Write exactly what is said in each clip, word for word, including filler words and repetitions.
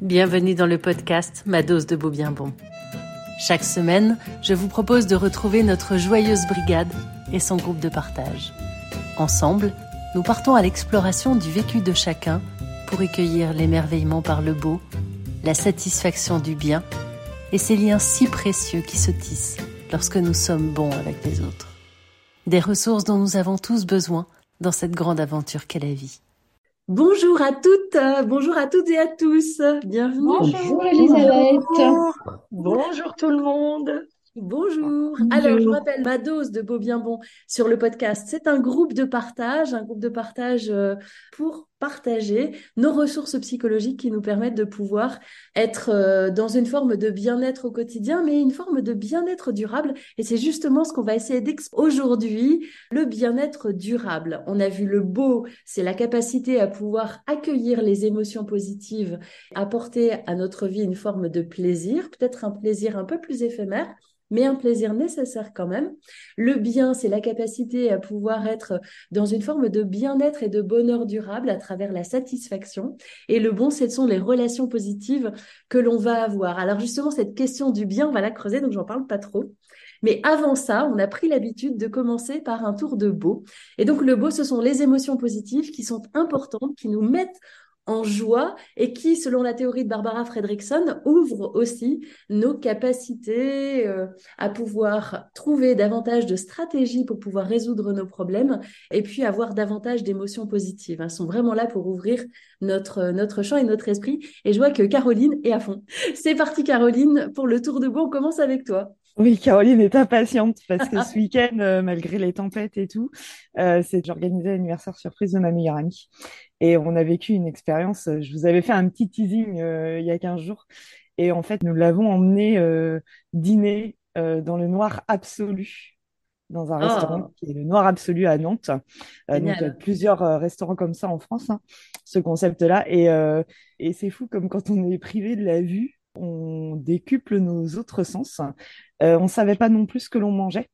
Bienvenue dans le podcast Ma dose de beau bien bon. Chaque semaine, je vous propose de retrouver notre joyeuse brigade et son groupe de partage. Ensemble, nous partons à l'exploration du vécu de chacun pour recueillir l'émerveillement par le beau, la satisfaction du bien et ces liens si précieux qui se tissent lorsque nous sommes bons avec les autres. Des ressources dont nous avons tous besoin dans cette grande aventure qu'est la vie. Bonjour à toutes, euh, bonjour à toutes et à tous, bienvenue. Bonjour Elisabeth. Bonjour. Bonjour tout le monde. Bonjour. Bonjour. Alors, je vous rappelle Ma dose de beau bien bon sur le podcast. C'est un groupe de partage, un groupe de partage euh, pour partager nos ressources psychologiques qui nous permettent de pouvoir être euh, dans une forme de bien-être au quotidien, mais une forme de bien-être durable. Et c'est justement ce qu'on va essayer d'explorer aujourd'hui, le bien-être durable. On a vu le beau, c'est la capacité à pouvoir accueillir les émotions positives, apporter à notre vie une forme de plaisir, peut-être un plaisir un peu plus éphémère, mais un plaisir nécessaire quand même. Le bien, c'est la capacité à pouvoir être dans une forme de bien-être et de bonheur durable à travers la satisfaction. Et le bon, ce sont les relations positives que l'on va avoir. Alors justement, cette question du bien, on va la creuser, donc j'en parle pas trop. Mais avant ça, on a pris l'habitude de commencer par un tour de beau. Et donc le beau, ce sont les émotions positives qui sont importantes, qui nous mettent en joie et qui, selon la théorie de Barbara Fredrickson, ouvre aussi nos capacités euh, à pouvoir trouver davantage de stratégies pour pouvoir résoudre nos problèmes et puis avoir davantage d'émotions positives. Elles sont vraiment là pour ouvrir notre, notre champ et notre esprit. Et je vois que Caroline est à fond. C'est parti Caroline, pour le tour de beau, on commence avec toi. Oui, Caroline est impatiente parce que ce week-end, euh, malgré les tempêtes et tout, euh, c'est j'organisais l'anniversaire surprise de ma meilleure amie et on a vécu une expérience. euh, Je vous avais fait un petit teasing euh, il y a quinze jours et en fait, nous l'avons emmenée euh, dîner euh, dans le noir absolu, dans un restaurant Oh, qui est le Noir Absolu à Nantes. Euh, donc, il y a génial. plusieurs euh, restaurants comme ça en France, hein, ce concept-là. Et, euh, et c'est fou comme quand on est privé de la vue, on décuple nos autres sens. Euh, on ne savait pas non plus ce que l'on mangeait.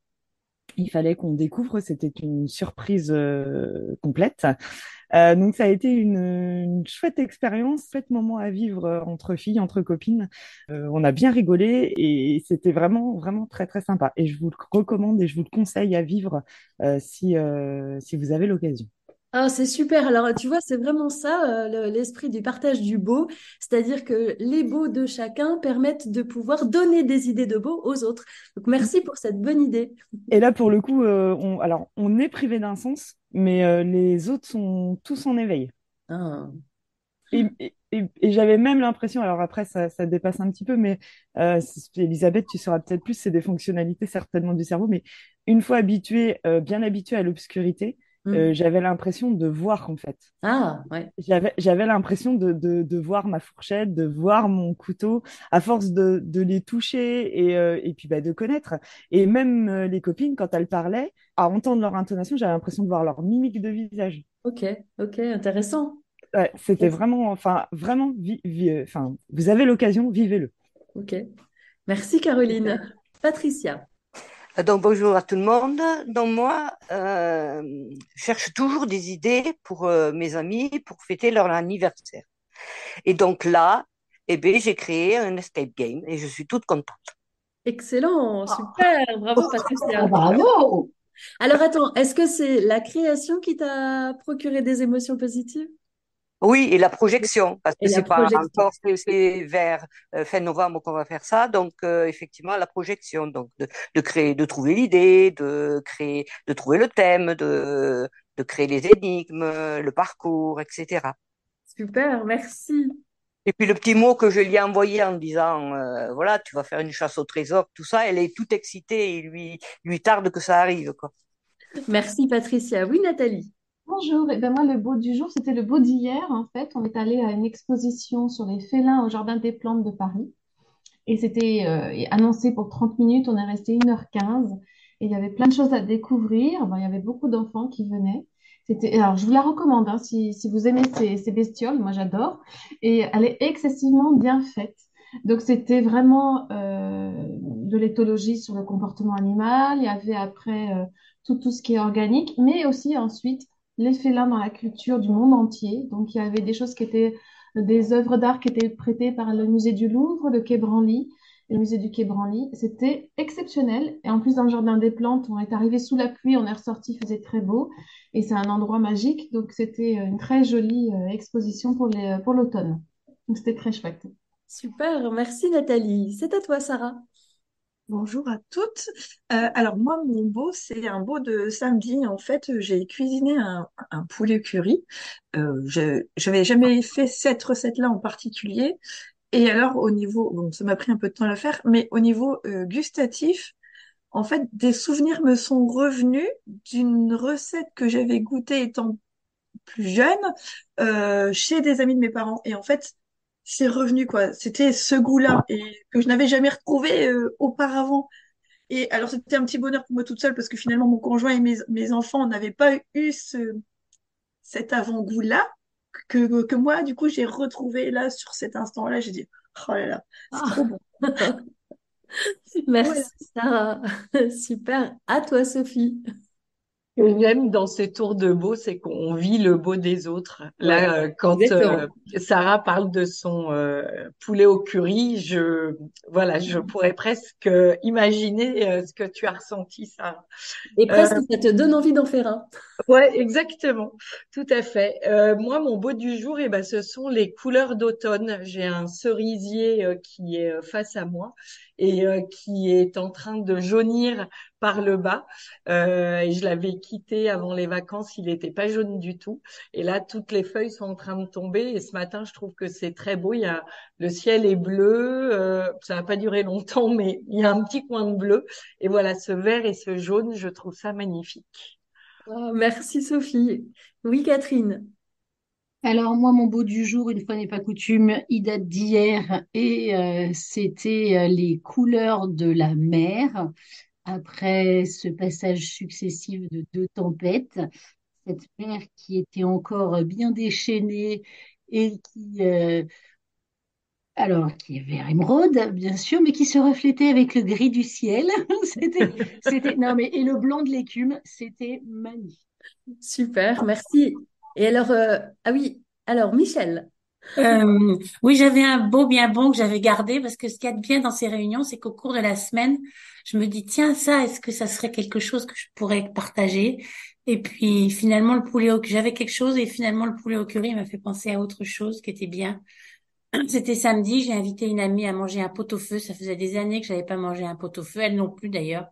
Il fallait qu'on découvre, c'était une surprise euh, complète. Euh, donc ça a été une, une chouette expérience, chouette moment à vivre euh, entre filles, entre copines. Euh, on a bien rigolé et c'était vraiment, vraiment très, très sympa. Et je vous le recommande et je vous le conseille à vivre euh, si, euh, si vous avez l'occasion. Ah, c'est super. Alors, tu vois, c'est vraiment ça, euh, le- l'esprit du partage du beau. C'est-à-dire que les beaux de chacun permettent de pouvoir donner des idées de beau aux autres. Donc, merci pour cette bonne idée. Et là, pour le coup, euh, on, alors, on est privé d'un sens, mais euh, les autres sont tous en éveil. Ah. Et, et, et- et j'avais même l'impression, alors après ça, ça dépasse un petit peu, mais euh, c'est- Elisabeth, tu sauras peut-être plus, c'est des fonctionnalités certainement du cerveau, mais une fois habitué, euh, bien habitué à l'obscurité, Hmm. euh, j'avais l'impression de voir en fait. Ah, ouais. J'avais, j'avais l'impression de, de, de voir ma fourchette, de voir mon couteau, à force de, de les toucher et, euh, et puis bah, de connaître. Et même euh, les copines, quand elles parlaient, à entendre leur intonation, j'avais l'impression de voir leur mimique de visage. Ok, ok, intéressant. Ouais, c'était vraiment, enfin, vraiment, vi- vi- euh, enfin, vous avez l'occasion, vivez-le. Ok. Merci, Caroline. Patricia. Donc bonjour à tout le monde. Donc moi, euh, je cherche toujours des idées pour euh, mes amis pour fêter leur anniversaire. Et donc là, eh ben, j'ai créé un escape game et je suis toute contente. Excellent, super, bravo, Ah, Patricia. bravo! Alors, attends, est-ce que c'est la création qui t'a procuré des émotions positives? Oui, et la projection, parce Et que la c'est pas projection. encore, c'est c'est vers euh, fin novembre qu'on va faire ça. Donc euh, effectivement, la projection, donc de, de créer, de trouver l'idée, de créer, de trouver le thème, de de créer les énigmes, le parcours, et cetera. Super, merci. Et puis le petit mot que je lui ai envoyé en disant, euh, voilà, tu vas faire une chasse au trésor, tout ça, elle est toute excitée et lui lui tarde que ça arrive, quoi. Merci, Patricia. Oui, Nathalie. Bonjour, et ben moi le beau du jour, c'était le beau d'hier en fait. On est allé à une exposition sur les félins au Jardin des Plantes de Paris et c'était euh, annoncé pour trente minutes, on est resté une heure quinze et il y avait plein de choses à découvrir. Bon, il y avait beaucoup d'enfants qui venaient. C'était, alors je vous la recommande hein, si, si vous aimez ces, ces bestioles, moi j'adore et elle est excessivement bien faite. Donc c'était vraiment euh, de l'éthologie sur le comportement animal, il y avait après euh, tout, tout ce qui est organique, mais aussi ensuite les félins dans la culture du monde entier. Donc, il y avait des choses qui étaient des œuvres d'art qui étaient prêtées par le musée du Louvre, le Quai Branly et le musée du Quai Branly. C'était exceptionnel. Et en plus, dans le jardin des plantes, on est arrivé sous la pluie, on est ressorti, il faisait très beau. Et c'est un endroit magique. Donc, c'était une très jolie euh, exposition pour les, pour l'automne. Donc, c'était très chouette. Super, merci Nathalie. C'est à toi, Sarah. Bonjour à toutes. Euh, alors moi, mon beau, c'est un beau de samedi. En fait, j'ai cuisiné un, un poulet curry. Euh, je n'avais jamais fait cette recette-là en particulier. Et alors, au niveau, bon, ça m'a pris un peu de temps à la faire, mais au niveau euh, gustatif, en fait, des souvenirs me sont revenus d'une recette que j'avais goûtée étant plus jeune euh, chez des amis de mes parents. Et en fait, c'est revenu quoi. C'était ce goût-là et que je n'avais jamais retrouvé euh, auparavant. Et alors, c'était un petit bonheur pour moi toute seule parce que finalement, mon conjoint et mes, mes enfants n'avaient pas eu ce, cet avant-goût-là que, que moi, du coup, j'ai retrouvé là sur cet instant-là. J'ai dit, oh là là, c'est Ah. trop bon. Voilà. Merci, Sarah. Super. À toi, Sophie. Ce que j'aime dans ces tours de beau, c'est qu'on vit le beau des autres. Ouais, Là, euh, quand exactement. euh, Sarah parle de son euh, poulet au curry, je voilà, je pourrais presque imaginer euh, ce que tu as ressenti, Sarah. Et Euh, presque, ça te donne envie d'en faire un. Ouais, exactement, tout à fait. Euh, moi, mon beau du jour, eh ben, ce sont les couleurs d'automne. J'ai un cerisier euh, qui est euh, face à moi et euh, qui est en train de jaunir par le bas. Euh, et je l'avais quitté avant les vacances, il n'était pas jaune du tout. Et là, toutes les feuilles sont en train de tomber. Et ce matin, je trouve que c'est très beau. Il y a le ciel est bleu. Euh, ça va pas durer longtemps, mais il y a un petit coin de bleu. Et voilà, ce vert et ce jaune, je trouve ça magnifique. Oh, merci, Sophie. Oui, Catherine. Alors moi, mon beau du jour, une fois n'est pas coutume, il date d'hier et euh, c'était euh, les couleurs de la mer après ce passage successif de deux tempêtes. Cette mer qui était encore bien déchaînée et qui, euh, alors, qui est vert émeraude, bien sûr, mais qui se reflétait avec le gris du ciel. C'était, c'était, non mais et le blanc de l'écume, c'était magnifique. Super, merci. Et alors, euh, ah oui, alors, Michel. Euh, oui, j'avais un beau bien bon que j'avais gardé parce que ce qu'il y a de bien dans ces réunions, c'est qu'au cours de la semaine, je me dis, tiens, ça, est-ce que ça serait quelque chose que je pourrais partager? Et puis finalement, le poulet au j'avais quelque chose et finalement, le poulet au curry m'a fait penser à autre chose qui était bien. C'était samedi, j'ai invité une amie à manger un pot-au-feu. Ça faisait des années que j'avais pas mangé un pot-au-feu, elle non plus d'ailleurs.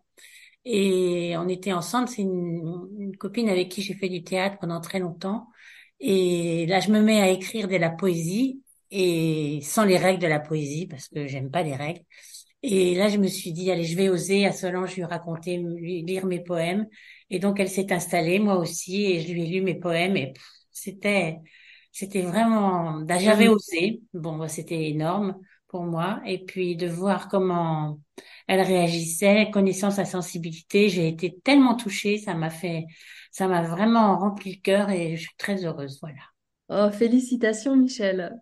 Et on était ensemble, c'est une, une copine avec qui j'ai fait du théâtre pendant très longtemps. Et là, je me mets à écrire de la poésie et sans les règles de la poésie parce que j'aime pas les règles. Et là, je me suis dit, allez, je vais oser à Solange lui raconter, lui lire mes poèmes. Et donc, elle s'est installée, moi aussi, et je lui ai lu mes poèmes. Et pff, c'était, c'était vraiment, bah, j'avais osé. Bon, bah, c'était énorme pour moi. Et puis de voir comment elle réagissait, connaissant sa sensibilité, j'ai été tellement touchée, ça m'a fait, ça m'a vraiment rempli le cœur et je suis très heureuse, voilà. Oh, félicitations, Michel.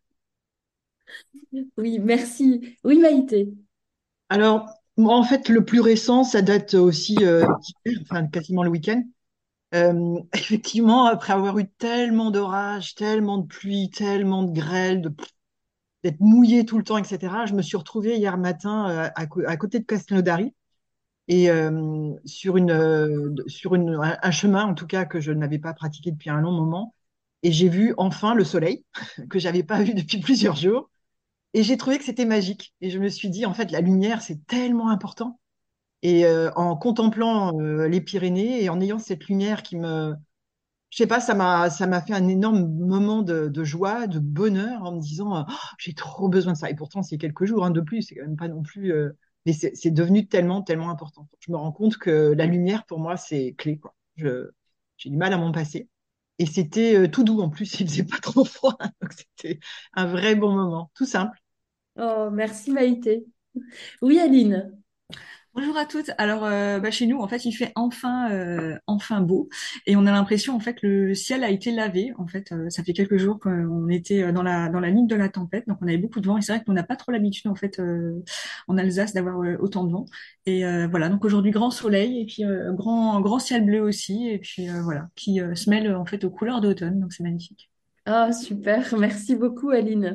Oui, merci. Oui, Maïté. Alors, moi, en fait, le plus récent, ça date aussi euh, d'hier, enfin quasiment le week-end. Euh, effectivement, après avoir eu tellement d'orages, tellement de pluie, tellement de grêle, de, d'être mouillé tout le temps, et cetera, je me suis retrouvée hier matin euh, à, co- à côté de Castelnaudary et euh, sur une, euh, sur une, un, un chemin, en tout cas, que je n'avais pas pratiqué depuis un long moment. Et j'ai vu enfin le soleil que j'avais pas vu depuis plusieurs jours. Et j'ai trouvé que c'était magique. Et je me suis dit, en fait, la lumière, c'est tellement important. Et euh, en contemplant euh, les Pyrénées et en ayant cette lumière qui me, je sais pas, ça m'a, ça m'a fait un énorme moment de, de joie, de bonheur, en me disant, euh, Oh, j'ai trop besoin de ça. Et pourtant, c'est quelques jours hein, de plus, c'est quand même pas non plus, euh, mais c'est c'est devenu tellement, tellement important. Je me rends compte que la lumière, pour moi, c'est clé, quoi. Je, j'ai du mal à m'en passer. Et c'était euh, tout doux en plus, il faisait pas trop froid, donc c'était un vrai bon moment, tout simple. Oh, merci, Maïté. Oui, Aline. Bonjour à toutes. Alors, euh, bah, chez nous, en fait, il fait enfin, euh, enfin beau, et on a l'impression, en fait, que le ciel a été lavé. En fait, euh, ça fait quelques jours qu'on était euh, dans la dans la ligne de la tempête, donc on avait beaucoup de vent. Et c'est vrai qu'on n'a pas trop l'habitude, en fait, euh, en Alsace, d'avoir euh, autant de vent. Et euh, voilà, donc aujourd'hui, grand soleil, et puis euh, grand grand ciel bleu aussi, et puis euh, voilà, qui euh, se mêle en fait aux couleurs d'automne. Donc c'est magnifique. Ah, super. Merci beaucoup, Aline.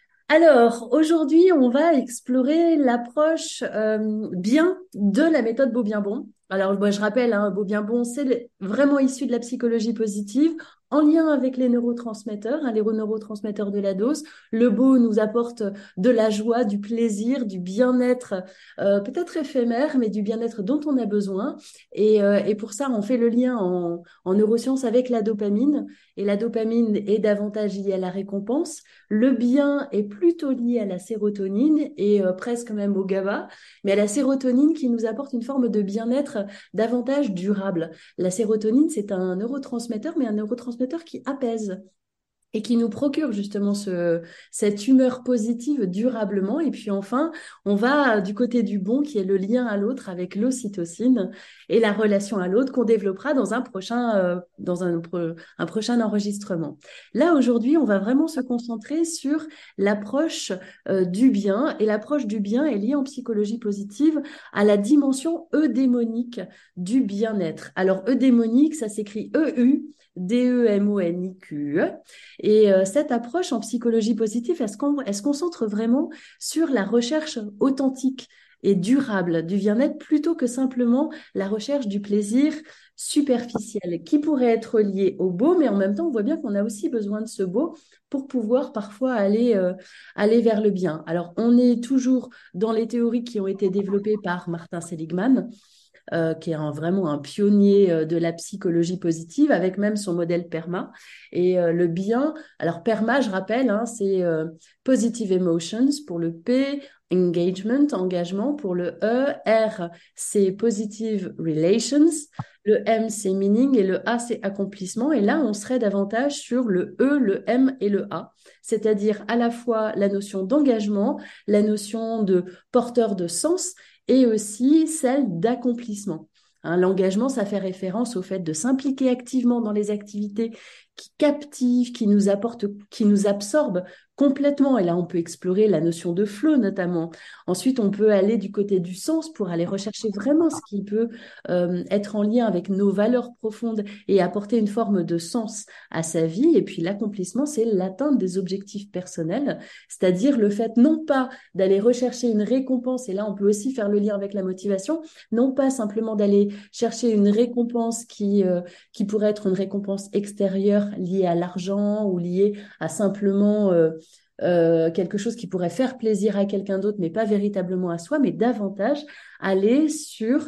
Alors, aujourd'hui, on va explorer l'approche euh, bien de la méthode Beau-Bien-Bon. Alors, moi, je rappelle, hein, Beau-Bien-Bon, c'est le- vraiment issu de la psychologie positive, en lien avec les neurotransmetteurs, hein, les neurotransmetteurs de la dose. Le beau nous apporte de la joie, du plaisir, du bien-être, euh, peut-être éphémère, mais du bien-être dont on a besoin. Et, euh, et pour ça, on fait le lien en, en neurosciences avec la dopamine. Et la dopamine est davantage liée à la récompense. Le bien est plutôt lié à la sérotonine et euh, presque même au GABA, mais à la sérotonine qui nous apporte une forme de bien-être davantage durable. La sérotonine, c'est un neurotransmetteur, mais un neurotransmetteur qui apaise et qui nous procure justement ce, cette humeur positive durablement. Et puis enfin, on va du côté du bon, qui est le lien à l'autre avec l'ocytocine et la relation à l'autre qu'on développera dans un prochain, euh, dans un, pro- un prochain enregistrement. Là, aujourd'hui, on va vraiment se concentrer sur l'approche euh, du bien. Et l'approche du bien est liée en psychologie positive à la dimension eudémonique du bien-être. Alors, eudémonique, ça s'écrit E U D E M O N I Q E. Et euh, cette approche en psychologie positive, elle se, con- elle se concentre vraiment sur la recherche authentique et durable du bien-être plutôt que simplement la recherche du plaisir superficiel qui pourrait être lié au beau, mais en même temps, on voit bien qu'on a aussi besoin de ce beau pour pouvoir parfois aller, euh, aller vers le bien. Alors, on est toujours dans les théories qui ont été développées par Martin Seligman, euh, qui est un- vraiment un pionnier euh, de la psychologie positive, avec même son modèle PERMA. Et euh, le bien, alors PERMA, je rappelle, hein, c'est euh, Positive Emotions pour le P, Engagement, engagement pour le E, R, c'est Positive Relations, le M, c'est Meaning, et le A, c'est Accomplissement. Et là, on serait davantage sur le E, le M et le A, c'est-à-dire à la fois la notion d'engagement, la notion de porteur de sens, et aussi celle d'accomplissement. Hein, l'engagement, ça fait référence au fait de s'impliquer activement dans les activités qui captivent, qui nous apportent, qui nous absorbent complètement. Et là, on peut explorer la notion de flow notamment. Ensuite, on peut aller du côté du sens pour aller rechercher vraiment ce qui peut euh, être en lien avec nos valeurs profondes et apporter une forme de sens à sa vie. Et puis l'accomplissement, c'est l'atteinte des objectifs personnels, c'est-à-dire le fait non pas d'aller rechercher une récompense, et là on peut aussi faire le lien avec la motivation, non pas simplement d'aller chercher une récompense qui, euh, qui pourrait être une récompense extérieure liée à l'argent ou liée à simplement euh, euh, quelque chose qui pourrait faire plaisir à quelqu'un d'autre, mais pas véritablement à soi, mais davantage aller sur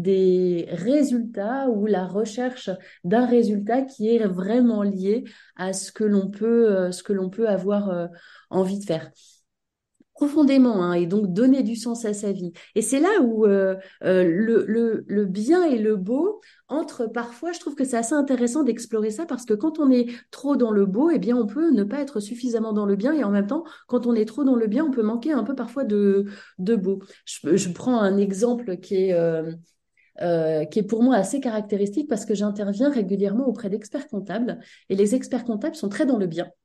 des résultats ou la recherche d'un résultat qui est vraiment lié à ce que l'on peut, euh, ce que l'on peut avoir euh, envie de faire profondément, hein, et donc donner du sens à sa vie. Et c'est là où euh, euh, le, le, le bien et le beau entrent parfois. Je trouve que c'est assez intéressant d'explorer ça parce que quand on est trop dans le beau, eh bien, on peut ne pas être suffisamment dans le bien et en même temps, quand on est trop dans le bien, on peut manquer un peu parfois de, de beau. Je, je prends un exemple qui est... euh, euh, qui est pour moi assez caractéristique parce que j'interviens régulièrement auprès d'experts comptables et les experts comptables sont très dans le bien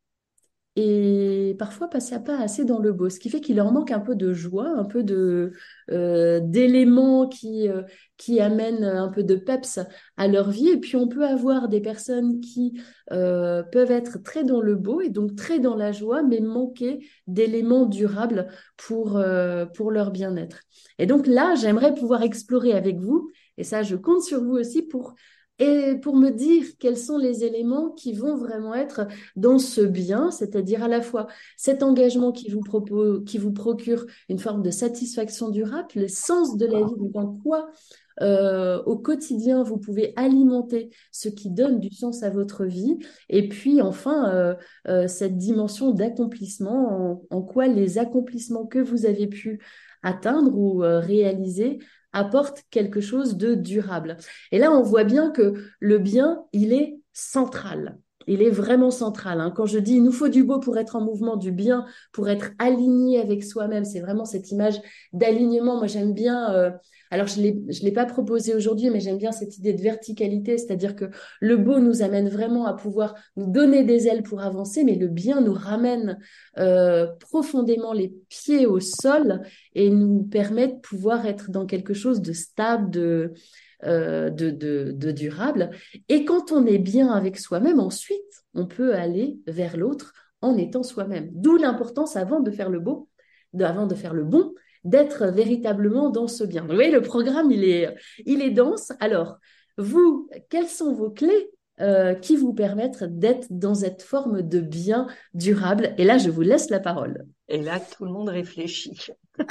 et parfois passer à pas assez dans le beau, ce qui fait qu'il leur manque un peu de joie, un peu de euh, d'éléments qui euh, qui amènent un peu de peps à leur vie. Et puis on peut avoir des personnes qui euh, peuvent être très dans le beau et donc très dans la joie, mais manquer d'éléments durables pour euh, pour leur bien-être. Et donc là, j'aimerais pouvoir explorer avec vous, et ça, je compte sur vous aussi pour et pour me dire quels sont les éléments qui vont vraiment être dans ce bien, c'est-à-dire à la fois cet engagement qui vous propose, qui vous procure une forme de satisfaction durable, le sens de la vie, donc en quoi euh, au quotidien vous pouvez alimenter ce qui donne du sens à votre vie, et puis enfin euh, euh, cette dimension d'accomplissement, en, en quoi les accomplissements que vous avez pu atteindre ou euh, réaliser apportent quelque chose de durable. Et là, on voit bien que le bien, il est central. Il est vraiment central, hein. Quand je dis il nous faut du beau pour être en mouvement, du bien pour être aligné avec soi-même, c'est vraiment cette image d'alignement. Moi, j'aime bien, euh, alors je l'ai, je l'ai pas proposé aujourd'hui, mais j'aime bien cette idée de verticalité, c'est-à-dire que le beau nous amène vraiment à pouvoir nous donner des ailes pour avancer, mais le bien nous ramène euh, profondément les pieds au sol et nous permet de pouvoir être dans quelque chose de stable, de euh, de, de, de durable. Et quand on est bien avec soi-même, ensuite, on peut aller vers l'autre en étant soi-même. D'où l'importance, avant de faire le beau, de- avant de faire le bon, d'être véritablement dans ce bien. Donc, vous voyez, le programme, il est, il est dense. Alors, vous, quelles sont vos clés euh, qui vous permettent d'être dans cette forme de bien durable? Et là, je vous laisse la parole. Et là, tout le monde réfléchit.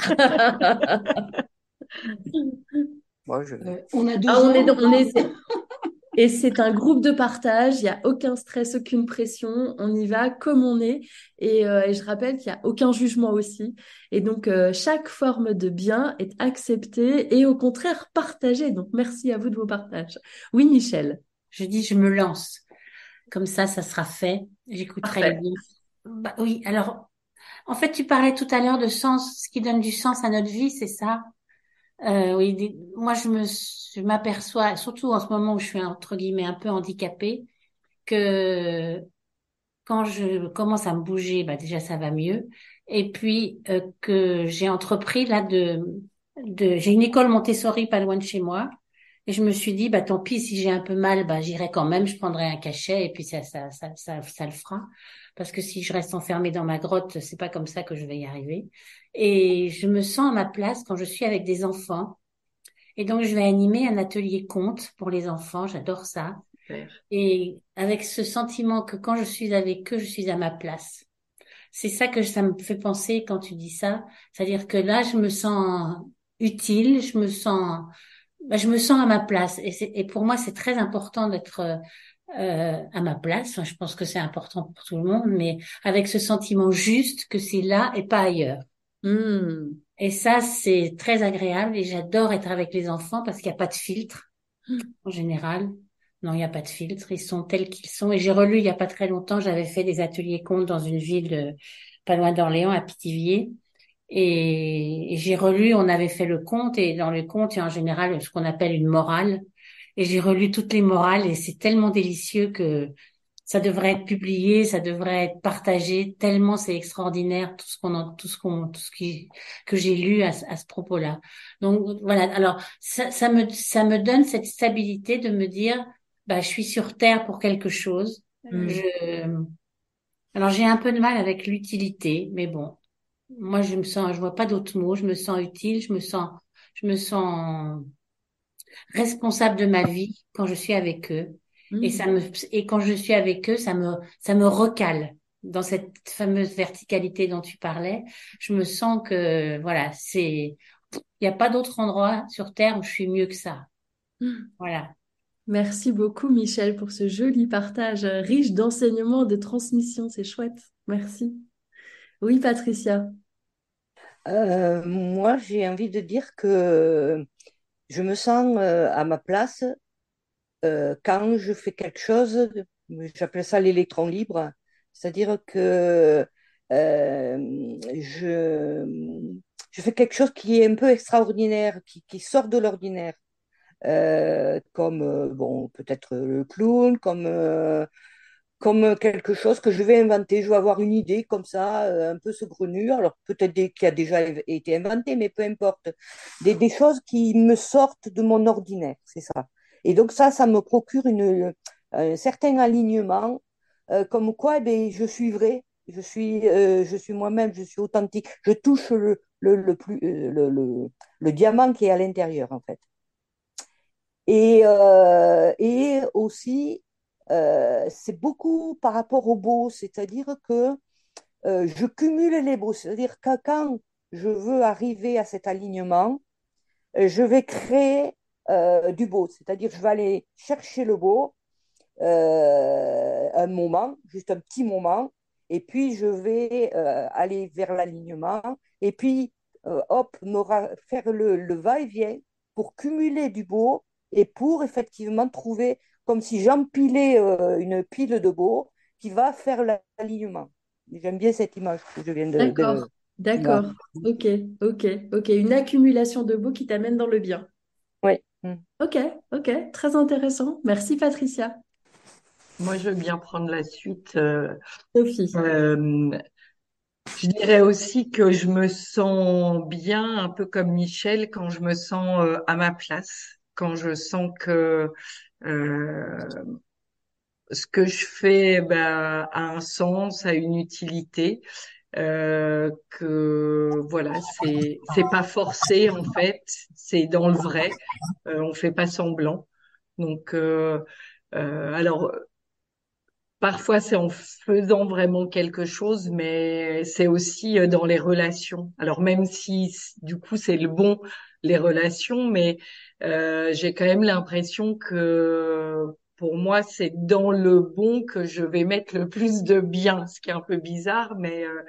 Moi, je... Euh, on a deux Ah, on heures est, ou dans- on pas? est, et c'est un groupe de partage, il n'y a aucun stress, aucune pression, on y va comme on est. Et, euh, et je rappelle qu'il n'y a aucun jugement aussi. Et donc, euh, chaque forme de bien est acceptée et au contraire partagée. Donc, merci à vous de vos partages. Oui, Michel. Je dis, je me lance. Comme ça, ça sera fait. J'écouterai les Parfait. bien. Bah, oui, alors, en fait, tu parlais tout à l'heure de sens, ce qui donne du sens à notre vie, c'est ça? Euh, oui, des- moi, je me, je m'aperçois, surtout en ce moment où je suis, entre guillemets, un peu handicapée, que quand je commence à me bouger, bah déjà ça va mieux. Et puis euh, que j'ai entrepris là de, de, j'ai une école Montessori pas loin de chez moi. Et je me suis dit, bah tant pis si j'ai un peu mal, bah j'irai quand même, je prendrai un cachet et puis ça, ça, ça, ça, ça le fera. Parce que si je reste enfermée dans ma grotte, c'est pas comme ça que je vais y arriver. Et je me sens à ma place quand je suis avec des enfants. Et donc je vais animer un atelier conte pour les enfants. J'adore ça. Super. Et avec ce sentiment que quand je suis avec eux, je suis à ma place. C'est ça que ça me fait penser quand tu dis ça. C'est-à-dire que là, je me sens utile, je me sens, bah, je me sens à ma place. Et, c'est, et pour moi, c'est très important d'être euh, à ma place. Enfin, je pense que c'est important pour tout le monde, mais avec ce sentiment juste que c'est là et pas ailleurs. Hmm. Et ça, c'est très agréable et j'adore être avec les enfants parce qu'il n'y a pas de filtre en général. Non, il n'y a pas de filtre. Ils sont tels qu'ils sont. Et j'ai relu il n'y a pas très longtemps, j'avais fait des ateliers contes dans une ville euh, pas loin d'Orléans, à Pithiviers. Et, et j'ai relu, on avait fait le conte, et dans le conte, il y a en général ce qu'on appelle une morale. Et j'ai relu toutes les morales, et c'est tellement délicieux que ça devrait être publié, ça devrait être partagé, tellement c'est extraordinaire tout ce qu'on en- tout ce qu'on tout ce qui que j'ai lu à, ce- à ce propos-là. Donc voilà, alors ça, ça me ça me donne cette stabilité de me dire bah je suis sur terre pour quelque chose. Hmm. Je alors j'ai un peu de mal avec l'utilité, mais bon, moi je me sens, je vois pas d'autres mots, je me sens utile, je me sens je me sens responsable de ma vie quand je suis avec eux. Et ça Hmm. me, et quand je suis avec eux, ça me, ça me recale dans cette fameuse verticalité dont tu parlais. Je me sens que, voilà, c'est, il n'y a pas d'autre endroit sur Terre où je suis mieux que ça. Voilà. Merci beaucoup, Michel, pour ce joli partage euh, riche d'enseignements, de transmission. C'est chouette. Merci. Oui, Patricia. Euh, moi, j'ai envie de dire que je me sens euh, à ma place euh, quand je fais quelque chose, j'appelle ça l'électron libre, c'est-à-dire que euh, je, je fais quelque chose qui est un peu extraordinaire, qui, qui sort de l'ordinaire, euh, comme euh, bon, peut-être le clown, comme, euh, comme quelque chose que je vais inventer. Je vais avoir une idée comme ça, euh, un peu saugrenue, alors peut-être des- qui a déjà été inventée, mais peu importe. Des, des choses qui me sortent de mon ordinaire, c'est ça. Et donc ça, ça me procure une, un certain alignement, euh, comme quoi eh ben, je suis vrai, je suis, euh, je suis moi-même, je suis authentique, je touche le, le, le, plus, euh, le, le, le diamant qui est à l'intérieur, en fait. Et, euh, et aussi, euh, c'est beaucoup par rapport au beau, c'est-à-dire que euh, je cumule les beaux, c'est-à-dire que quand je veux arriver à cet alignement, euh, je vais créer euh, du beau, c'est-à-dire je vais aller chercher le beau euh, un moment, juste un petit moment, et puis je vais euh, aller vers l'alignement, et puis euh, hop, me faire le, le va-et-vient pour cumuler du beau et pour effectivement trouver, comme si j'empilais euh, une pile de beau qui va faire l'alignement. J'aime bien cette image que je viens de... de... D'accord. D'accord. Ok. Ok. Ok. Une accumulation de beaux qui t'amène dans le bien. Oui. Mm. Ok. Ok. Très intéressant. Merci, Patricia. Moi, je veux bien prendre la suite. euh, Sophie. euh, je dirais aussi que je me sens bien, un peu comme Michel, quand je me sens euh, à ma place. quand je sens que euh, ce que je fais ben, a un sens, a une utilité, euh, que voilà, c'est c'est pas forcé en fait, c'est dans le vrai, euh, on fait pas semblant. Donc euh, euh, alors parfois c'est en faisant vraiment quelque chose, mais c'est aussi euh, dans les relations. Alors même si du coup c'est le bon les relations, mais euh, j'ai quand même l'impression que pour moi c'est dans le bon que je vais mettre le plus de bien, ce qui est un peu bizarre, mais euh,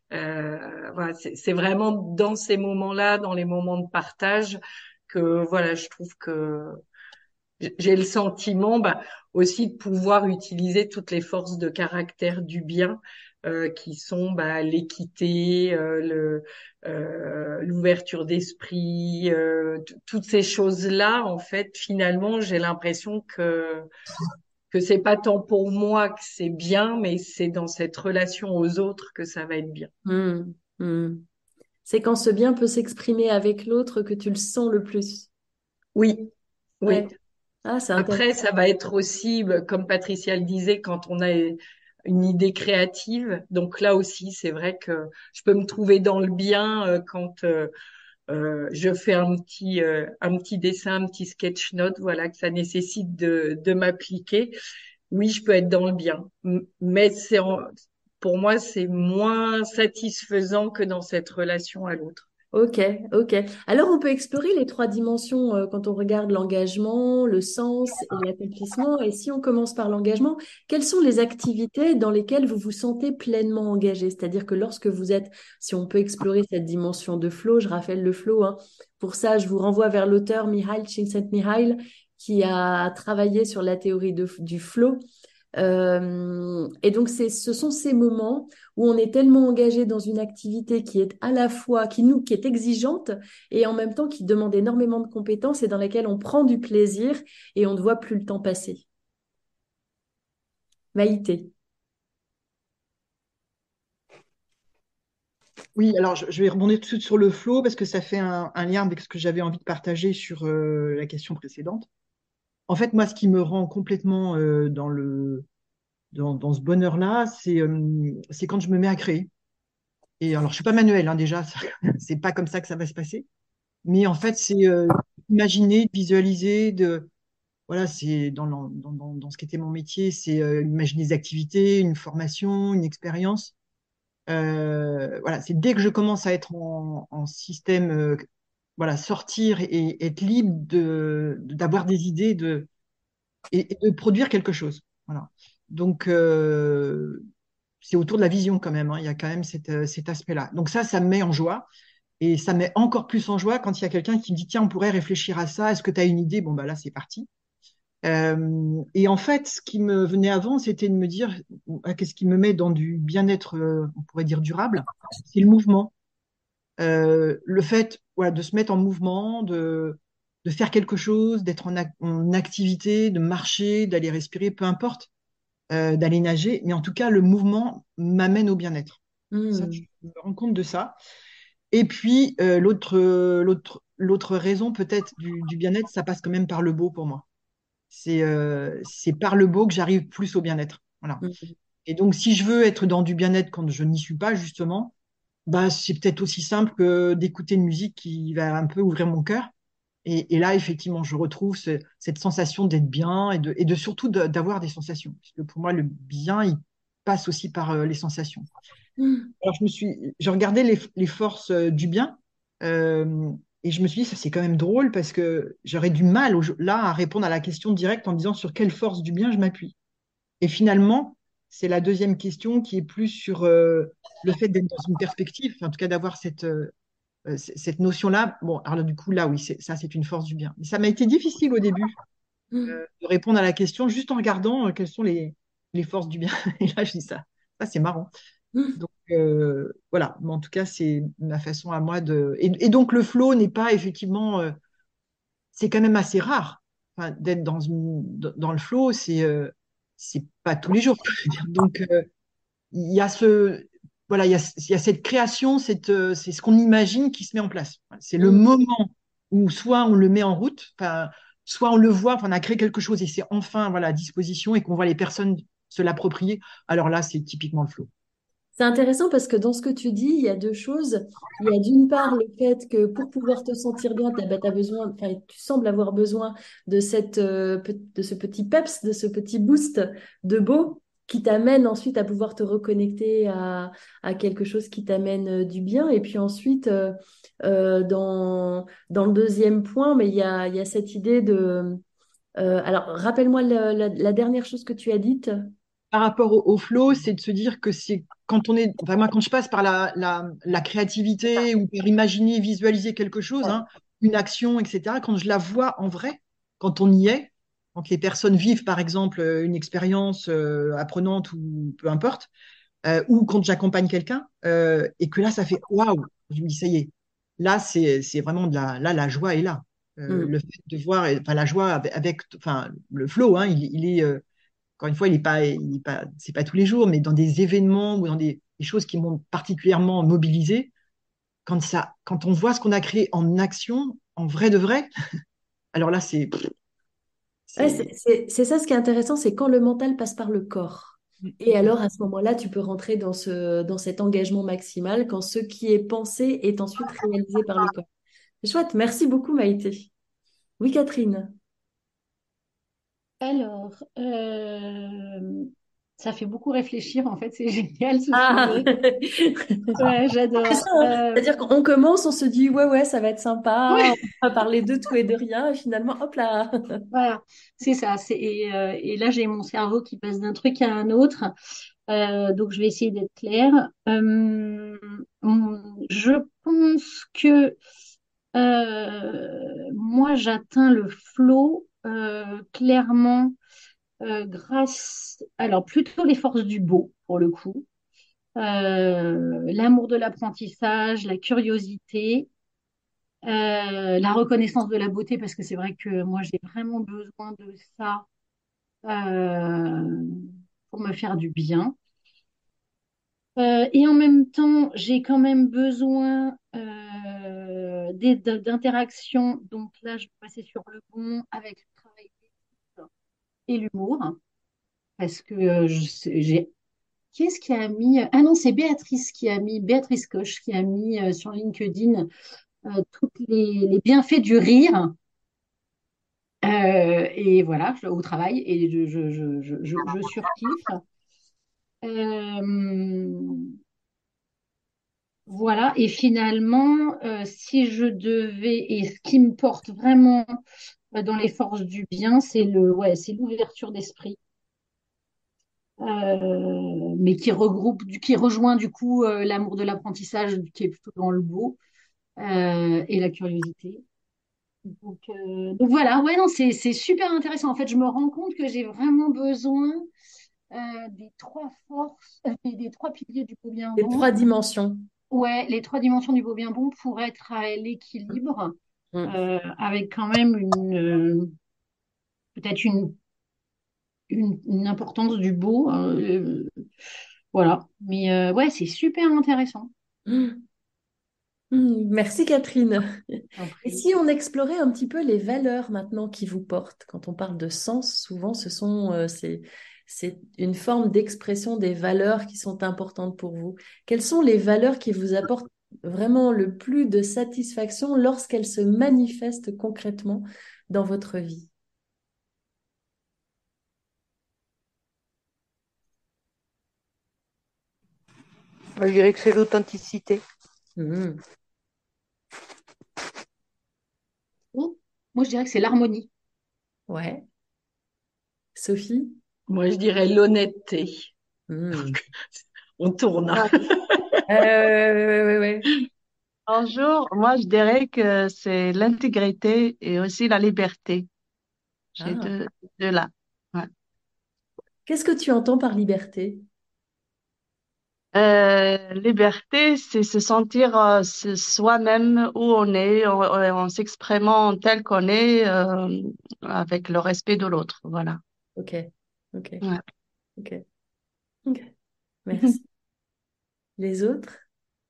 euh, voilà, c'est c'est vraiment dans ces moments-là, dans les moments de partage, que voilà, je trouve que j'ai le sentiment bah, aussi de pouvoir utiliser toutes les forces de caractère du bien, euh, qui sont bah, l'équité, euh, le, euh, l'ouverture d'esprit, euh, t- toutes ces choses-là. En fait, finalement, j'ai l'impression que que c'est pas tant pour moi que c'est bien, mais c'est dans cette relation aux autres que ça va être bien. Hmm, hmm. C'est quand ce bien peut s'exprimer avec l'autre que tu le sens le plus. Oui, oui. Ouais. Ah, c'est Après, intéressant. ça va être aussi, bah, comme Patricia le disait, quand on a une idée créative. Donc là aussi, c'est vrai que je peux me trouver dans le bien euh, quand euh, euh, je fais un petit euh, un petit dessin, un petit sketch note, voilà, que ça nécessite de de m'appliquer. Oui, je peux être dans le bien, M- mais c'est en- pour moi, c'est moins satisfaisant que dans cette relation à l'autre. Ok, ok. Alors, on peut explorer les trois dimensions euh, quand on regarde l'engagement, le sens et l'accomplissement. Et si on commence par l'engagement, quelles sont les activités dans lesquelles vous vous sentez pleinement engagé? C'est-à-dire que lorsque vous êtes, si on peut explorer cette dimension de flow, je rappelle le flow, hein, pour ça, je vous renvoie vers l'auteur Mihaly Csikszentmihalyi qui a travaillé sur la théorie de- du flow. Euh, et donc, c'est, ce sont ces moments où on est tellement engagé dans une activité qui est à la fois, qui nous, qui est exigeante et en même temps qui demande énormément de compétences et dans laquelle on prend du plaisir et on ne voit plus le temps passer. Maïté. Oui, alors je, je vais rebondir tout de suite sur le flow parce que ça fait un, un lien avec ce que j'avais envie de partager sur euh, la question précédente. En fait, moi, ce qui me rend complètement euh, dans le dans, dans ce bonheur-là, c'est euh, c'est quand je me mets à créer. Et alors, je suis pas manuelle, hein, déjà, ça- c'est pas comme ça que ça va se passer. Mais en fait, c'est euh, imaginer, visualiser, de voilà, c'est dans, l'en- dans, dans, dans ce qui était mon métier, c'est euh, imaginer des activités, une formation, une expérience. Euh, voilà, c'est dès que je commence à être en, en système, euh, voilà, sortir et être libre de, de- d'avoir des idées de, et, et de produire quelque chose. Voilà. Donc, euh, c'est autour de la vision quand même, hein. Il y a quand même cet, euh, cet aspect-là. Donc ça, ça me met en joie. Et ça me met encore plus en joie quand il y a quelqu'un qui me dit, tiens, on pourrait réfléchir à ça. Est-ce que tu as une idée? Bon, bah là, c'est parti. Euh, et en fait, ce qui me venait avant, c'était de me dire, ah, qu'est-ce qui me met dans du bien-être, euh, on pourrait dire durable, c'est le mouvement. Euh, le fait, voilà, de se mettre en mouvement, de, de faire quelque chose, d'être en, ac- en activité, de marcher, d'aller respirer, peu importe, euh, d'aller nager. Mais en tout cas, le mouvement m'amène au bien-être. Ça, je Hmm. me rends compte de ça. Et puis, euh, l'autre, euh, l'autre, l'autre raison peut-être du, du bien-être, ça passe quand même par le beau pour moi. C'est euh, c'est par le beau que j'arrive plus au bien-être. Voilà. Hmm. Et donc, si je veux être dans du bien-être quand je n'y suis pas, justement, bah, c'est peut-être aussi simple que d'écouter une musique qui va un peu ouvrir mon cœur. Et, et là, effectivement, je retrouve ce- cette sensation d'être bien et de, et de surtout de- d'avoir des sensations. Parce que pour moi, le bien, il passe aussi par euh, les sensations. Hmm. Alors, je me suis, j'ai regardé les, les forces euh, du bien, euh, et je me suis dit, ça c'est quand même drôle parce que j'aurais du mal au- là à répondre à la question directe en disant sur quelle force du bien je m'appuie. Et finalement, c'est la deuxième question qui est plus sur euh, le fait d'être dans une perspective, enfin, en tout cas d'avoir cette, euh, euh, c- cette notion-là. Bon, alors du coup, là, oui, c'est- ça c'est une force du bien. Mais ça m'a été difficile au début Hmm. euh, de répondre à la question juste en regardant euh, quelles sont les, les forces du bien. Et là, je dis ça. Ça, c'est marrant. Hmm. Donc euh, voilà, mais en tout cas, c'est ma façon à moi de. Et, et donc le flow n'est pas effectivement, euh, c'est quand même assez rare. Enfin, d'être dans, une- dans le flow, c'est euh, c'est pas tous les jours. Je veux dire. Donc euh, il y a ce, voilà, il y a, il y a cette création, cette, euh, c'est ce qu'on imagine qui se met en place. C'est le Hmm. moment où soit on le met en route, enfin, soit on le voit, enfin, on a créé quelque chose et c'est enfin voilà, à disposition et qu'on voit les personnes se l'approprier. Alors là, c'est typiquement le flow. C'est intéressant parce que dans ce que tu dis, il y a deux choses. Il y a d'une part le fait que pour pouvoir te sentir bien, t'as, bah, t'as besoin, enfin, tu sembles avoir besoin de cette, euh, pe- de ce petit peps, de ce petit boost de beau qui t'amène ensuite à pouvoir te reconnecter à, à quelque chose qui t'amène euh, du bien. Et puis ensuite, euh, euh, dans, dans le deuxième point, mais il y a, il y a cette idée de... euh, alors, rappelle-moi la, la la dernière chose que tu as dite. Par rapport au, au flow, c'est de se dire que c'est quand on est, enfin, moi, quand je passe par la, la, la créativité ou par imaginer, visualiser quelque chose, hein, une action, et cetera, quand je la vois en vrai, quand on y est, quand les personnes vivent, par exemple, euh, une expérience euh, apprenante ou peu importe, euh, ou quand j'accompagne quelqu'un, euh, et que là, ça fait waouh, je me dis, ça y est, là, c'est, c'est vraiment de la, là, la joie est là. Euh, Mm. le fait de voir, enfin, la joie avec, avec- enfin, le flow, hein, il, il est, euh, encore une fois, il est pas, il est pas, c'est pas tous les jours, mais dans des événements ou dans des, des choses qui m'ont particulièrement mobilisé, quand ça, quand on voit ce qu'on a créé en action, en vrai de vrai, alors là, c'est, Ouais, c'est c'est, c'est- c'est ça ce qui est intéressant, c'est quand le mental passe par le corps. Et alors, à ce moment-là, tu peux rentrer dans ce, dans cet engagement maximal quand ce qui est pensé est ensuite réalisé par le corps. C'est chouette. Merci beaucoup, Maïté. Oui, Catherine. Alors, euh, ça fait beaucoup réfléchir, en fait, c'est génial ce Ah! sujet. Ouais, C'est j'adore. ça, hein. Euh, C'est-à-dire qu'on commence, on se dit, ouais, ouais, ça va être sympa, ouais, on va parler de tout et de rien, et finalement, hop là. voilà, c'est ça. C'est, et, euh, et là, j'ai mon cerveau qui passe d'un truc à un autre. Euh, donc, je vais essayer d'être claire. Euh, hum, je pense que euh, moi, j'atteins le flow euh, clairement euh, grâce, alors plutôt les forces du beau, pour le coup. Euh, l'amour de l'apprentissage, la curiosité, euh, la reconnaissance de la beauté, parce que c'est vrai que moi, j'ai vraiment besoin de ça euh, pour me faire du bien. Euh, et en même temps, j'ai quand même besoin euh, d'é- d'interaction. Donc là, je vais passer sur le bon avec le travail d'équipe et l'humour, parce que euh, je sais- j'ai... Qui est-ce qui a mis... Ah non, c'est Béatrice qui a mis, Béatrice Coche qui a mis euh, sur LinkedIn euh, tous les, les bienfaits du rire. Euh, et voilà, je- au travail, et je, je, je, je, je, je surkiffe. Euh, voilà, et finalement, euh, si je devais, et ce qui me porte vraiment euh, dans les forces du bien, c'est le, ouais, c'est l'ouverture d'esprit, euh, mais qui regroupe, du- qui rejoint du coup euh, l'amour de l'apprentissage, qui est plutôt dans le beau, euh, et la curiosité. Donc, euh, donc voilà, ouais, non, c'est, c'est super intéressant. En fait, je me rends compte que j'ai vraiment besoin euh, des trois forces, euh, des, des trois piliers du beau bien Les bon. trois dimensions. Ouais, les trois dimensions du beau bien bon pour être à l'équilibre, Mm. euh, avec quand même une euh, peut-être une, une, une importance du beau. Euh, voilà. Mais euh, ouais, c'est super intéressant. Mm. Mm. Merci, Catherine. J'en Et prie. si on explorait un petit peu les valeurs maintenant qui vous portent? Quand on parle de sens, souvent ce sont, euh, c'est, c'est une forme d'expression des valeurs qui sont importantes pour vous. Quelles sont les valeurs qui vous apportent vraiment le plus de satisfaction lorsqu'elles se manifestent concrètement dans votre vie? Je dirais que c'est l'authenticité. Mhm. Oh, moi, je dirais que c'est l'harmonie. Ouais. Sophie? Moi, je dirais l'honnêteté. Mhm. On tourne. Ouais. Euh, ouais, ouais, ouais, ouais. Bonjour, moi je dirais que c'est l'intégrité et aussi la liberté. J'ai Ah. deux, deux là. Ouais. Qu'est-ce que tu entends par liberté? Euh, liberté, c'est se sentir euh, se- soi-même où on est, en, en s'exprimant tel qu'on est, euh, avec le respect de l'autre. Voilà. Ok, ok, Ouais. ok, ok. Merci. Les autres?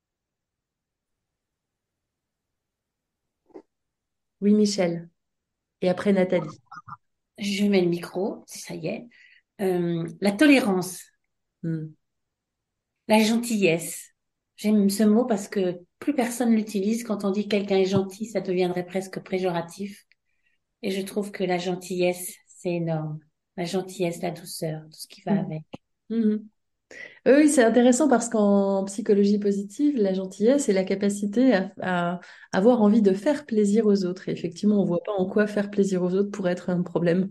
Oui, Michel. Et après, Nathalie. Je mets le micro, ça y est. Euh, la tolérance, Hmm. la gentillesse. J'aime ce mot parce que plus personne l'utilise. Quand on dit que quelqu'un est gentil, ça deviendrait presque péjoratif. Et je trouve que la gentillesse, c'est énorme. La gentillesse, la douceur, tout ce qui va Mhm. avec. Mhm. Oui, c'est intéressant parce qu'en psychologie positive, la gentillesse est la capacité à, à avoir envie de faire plaisir aux autres. Et effectivement, on voit pas en quoi faire plaisir aux autres pourrait être un problème.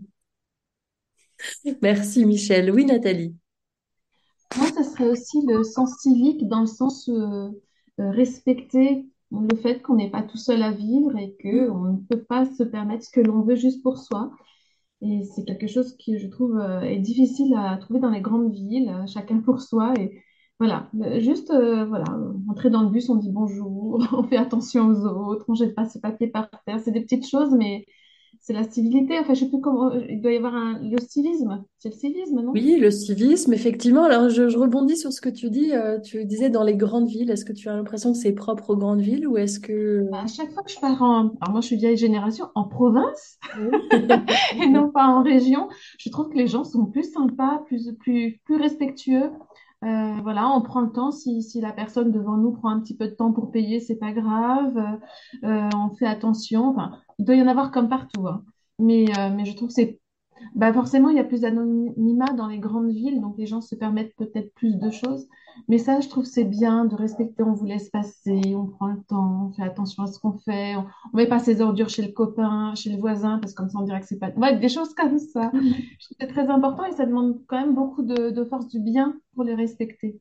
Merci Michel. Oui, Nathalie. Moi, ce serait aussi le sens civique dans le sens euh, euh, respecter le fait qu'on n'est pas tout seul à vivre et Mhm. qu'on ne peut pas se permettre ce que l'on veut juste pour soi. Et c'est quelque chose qui, je trouve, euh, est difficile à trouver dans les grandes villes, euh, chacun pour soi. Et voilà, Euh, juste euh, voilà, euh, entrer dans le bus, on dit bonjour, on fait attention aux autres, on jette pas ses papiers par terre. C'est des petites choses, mais c'est la civilité. Enfin, je sais plus comment. euh, Il doit y avoir un, le civisme. C'est le civisme, non? Oui, le civisme, effectivement. Alors, je, je rebondis sur ce que tu dis. Euh, tu disais dans les grandes villes. Est-ce que tu as l'impression que c'est propre aux grandes villes ou est-ce que... À chaque fois que je pars en, alors moi je suis vieille génération, en province Oui. et non pas en région, je trouve que les gens sont plus sympas, plus, plus, plus respectueux. Euh, voilà, on prend le temps. Si, si la personne devant nous prend un petit peu de temps pour payer, c'est pas grave. Euh, on fait attention. Enfin, il doit y en avoir comme partout, hein. Mais, euh, mais je trouve que c'est bah forcément, il y a plus d'anonymat dans les grandes villes, donc les gens se permettent peut-être plus de choses. Mais ça, je trouve que c'est bien de respecter, on vous laisse passer, on prend le temps, on fait attention à ce qu'on fait, on, on met pas ses ordures chez le copain, chez le voisin, parce que comme ça, on dirait que c'est pas... Ouais, des choses comme ça. Mhm. Je trouve que c'est très important et ça demande quand même beaucoup de, de force du bien pour les respecter.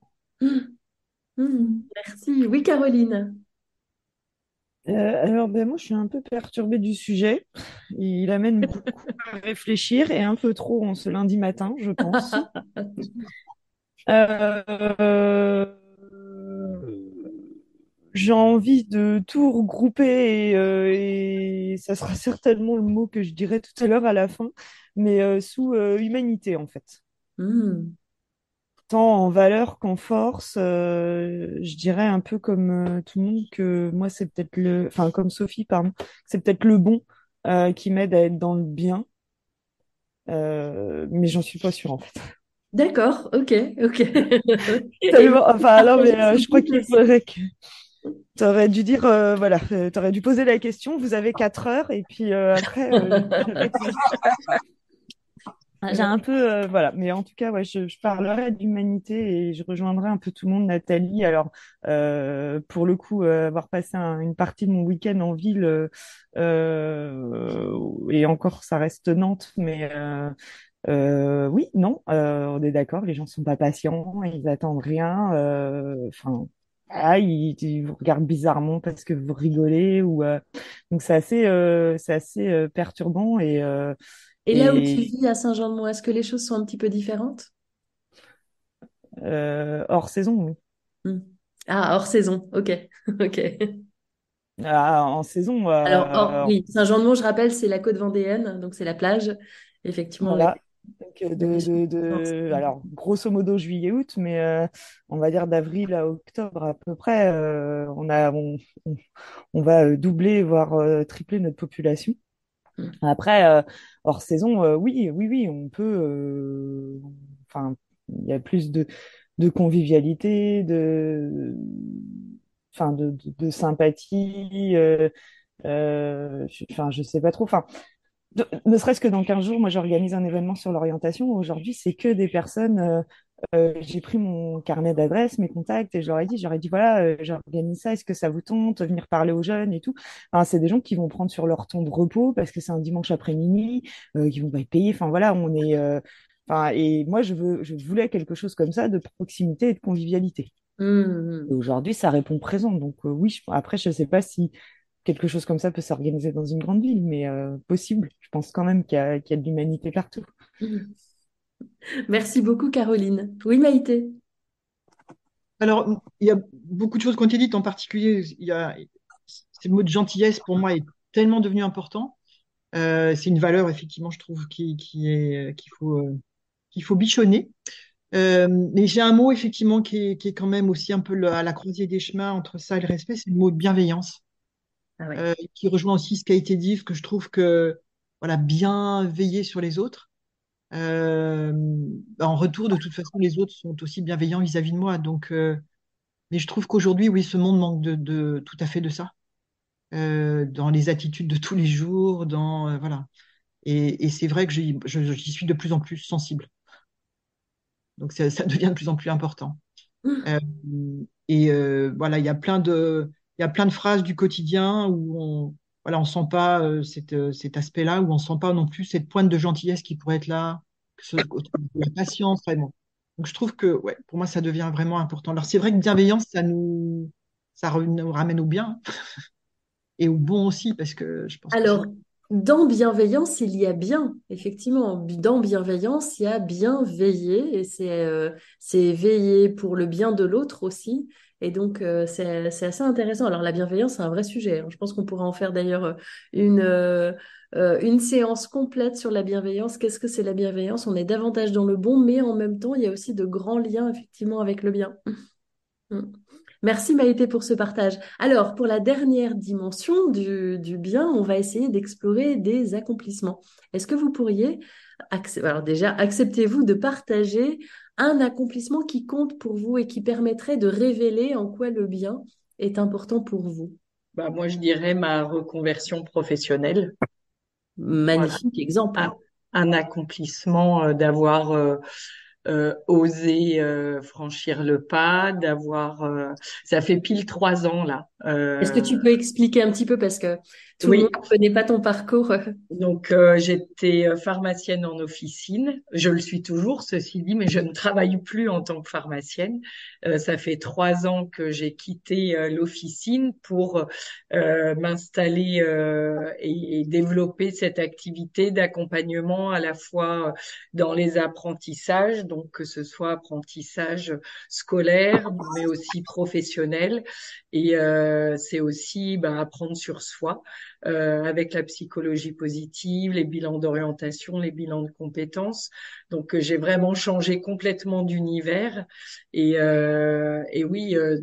Mhm. Merci. Oui, Caroline. Euh, alors, ben, moi, je suis un peu perturbée du sujet. Il amène beaucoup à réfléchir et un peu trop en ce lundi matin, je pense. Euh, j'ai envie de tout regrouper et, euh, et ça sera certainement le mot que je dirai tout à l'heure à la fin, mais euh, sous euh, humanité en fait. Mhm. Tant en valeur qu'en force, euh, je dirais un peu comme euh, tout le monde que moi c'est peut-être le, enfin comme Sophie pardon, c'est peut-être le bon euh, qui m'aide à être dans le bien, euh, mais j'en suis pas sûre en fait. D'accord, ok, ok. Et Tellement, enfin alors mais euh, je crois Sophie qu'il aussi. faudrait que t'aurais dû dire, euh, voilà, euh, t'aurais dû poser la question, vous avez quatre heures, et puis euh, après, euh, je réfléchis. J'ai un peu, euh, voilà, mais en tout cas, ouais, je, je parlerai d'humanité et je rejoindrai un peu tout le monde, Nathalie. Alors, euh, pour le coup, euh, avoir passé un- une partie de mon week-end en ville, euh, euh, et encore, ça reste Nantes, mais euh, euh, oui, non, euh, on est d'accord, les gens sont pas patients, ils attendent rien. euh, Enfin, ah, ils, ils vous regardent bizarrement parce que vous rigolez ou euh, donc c'est assez, euh, c'est assez euh, perturbant et euh, Et là où tu et vis à Saint-Jean-de-Mont, est-ce que les choses sont un petit peu différentes? euh, hors saison, oui. Hmm. Ah, hors saison, ok, ok. Ah, en saison, Alors, hors, euh, oui, Saint-Jean-de-Mont, je rappelle, c'est la côte vendéenne, donc c'est la plage. Effectivement, les, voilà. Donc, euh, les de, choses de, sont- de, alors, grosso modo, juillet-août, mais euh, on va dire d'avril à octobre à peu près, euh, on a, on, on, on va euh, doubler, voire euh, tripler notre population. Hmm. Après, euh, hors saison, euh, oui, oui, oui, on peut. euh, Enfin, il y a plus de, de convivialité, de, enfin, de, de, de sympathie. Euh, euh, je- enfin, je sais pas trop. Enfin, de- ne serait-ce que dans quinze jours, moi, j'organise un événement sur l'orientation. Aujourd'hui, c'est que des personnes. euh, euh, j'ai pris mon carnet d'adresses, mes contacts, et je leur ai dit, j'aurais dit, voilà, euh, j'organise ça, est-ce que ça vous tente, venir parler aux jeunes et tout. Enfin, c'est des gens qui vont prendre sur leur temps de repos parce que c'est un dimanche après-midi, euh, qui vont pas être payés. Enfin, voilà, on est. euh, Enfin, et moi, je veux, je voulais quelque chose comme ça, de proximité et de convivialité. Et Hmm. aujourd'hui, ça répond présent. Donc, euh, oui, je- après, je sais pas si quelque chose comme ça peut s'organiser dans une grande ville, mais euh, possible. Je pense quand même qu'il y a, qu'il y a de l'humanité partout. Hmm. Merci beaucoup, Caroline. Oui, Maïté. Alors, il y a beaucoup de choses qui ont été dites, en particulier, il y a, ce mot de gentillesse, pour moi, est tellement devenu important. Euh, c'est une valeur, effectivement, je trouve, qui, qui est, qu'il faut, euh, qu'il faut bichonner. Euh, mais j'ai un mot, effectivement, qui est, qui est quand même aussi un peu le- à la croisée des chemins entre ça et le respect, c'est le mot de bienveillance, Ah ouais. euh, qui rejoint aussi ce qui a été dit, que je trouve que voilà, bien veiller sur les autres. Euh, En retour, de toute façon, les autres sont aussi bienveillants vis-à-vis de moi. Donc, euh, mais je trouve qu'aujourd'hui, oui, ce monde manque de, de tout à fait de ça, euh, dans les attitudes de tous les jours, dans euh, voilà. Et, et c'est vrai que j'y je- j'y suis de plus en plus sensible. Donc, ça, ça devient de plus en plus important. Euh, et euh, voilà, il y a plein de, il y a plein de phrases du quotidien où on, voilà, on sent pas euh, cet, euh, cet aspect-là, où on sent pas non plus cette pointe de gentillesse qui pourrait être là, que ce, la patience, vraiment. Donc je trouve que, ouais, pour moi, ça devient vraiment important. Alors c'est vrai que bienveillance, ça nous, ça re- nous ramène au bien et au bon aussi, parce que je pense que c'est. Alors, dans bienveillance, il y a bien, effectivement. Dans bienveillance, il y a bien veiller, et c'est euh, c'est veiller pour le bien de l'autre aussi. Et donc, euh, c'est c'est assez intéressant. Alors, la bienveillance, c'est un vrai sujet, hein. Je pense qu'on pourrait en faire d'ailleurs euh, une, euh, euh, une séance complète sur la bienveillance. Qu'est-ce que c'est la bienveillance? On est davantage dans le bon, mais en même temps, il y a aussi de grands liens, effectivement, avec le bien. Mm. Merci Maïté pour ce partage. Alors, pour la dernière dimension du, du bien, on va essayer d'explorer des accomplissements. Est-ce que vous pourriez, acc- alors déjà, acceptez-vous de partager un accomplissement qui compte pour vous et qui permettrait de révéler en quoi le bien est important pour vous? Bah, moi, je dirais ma reconversion professionnelle. Voilà. Magnifique exemple. Un, un accomplissement euh, d'avoir euh, euh, osé euh, franchir le pas, d'avoir. euh, Ça fait pile trois ans là. Est-ce que Euh, tu peux expliquer un petit peu parce que tout le monde oui, ne connaît pas ton parcours? donc, euh, j'étais euh, pharmacienne en officine. Je le suis toujours, ceci dit, mais je ne travaille plus en tant que pharmacienne. Euh, ça fait trois ans que j'ai quitté euh, l'officine pour euh, m'installer euh, et, et développer cette activité d'accompagnement à la fois dans les apprentissages, donc que ce soit apprentissage scolaire, mais aussi professionnel. Et euh, c'est aussi ben, apprendre sur soi euh, avec la psychologie positive, les bilans d'orientation, les bilans de compétences. Donc, euh, j'ai vraiment changé complètement d'univers. Et, euh, et oui, euh,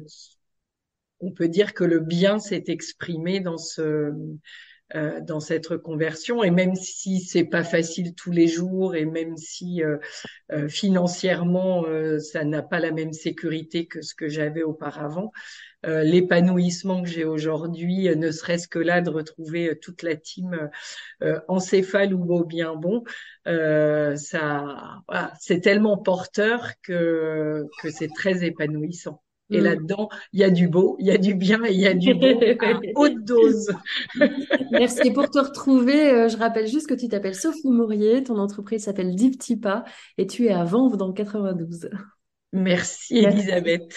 on peut dire que le bien s'est exprimé dans ce, euh, dans cette reconversion. Et même si c'est pas facile tous les jours, et même si euh, euh, financièrement euh, ça n'a pas la même sécurité que ce que j'avais auparavant, euh, l'épanouissement que j'ai aujourd'hui, euh, ne serait-ce que là de retrouver euh, toute la team euh, encéphale ou beau bien bon, euh, ça, voilà, c'est tellement porteur que que c'est très épanouissant. Et Mm. là-dedans, il y a du beau, il y a du bien et il y a du bon à haute dose. Merci. Et pour te retrouver, euh, je rappelle juste que tu t'appelles Sophie Mourier, ton entreprise s'appelle Dix Petits Pas et tu es à Vanves dans le quatre-vingt-douze. Merci Merci. Elisabeth.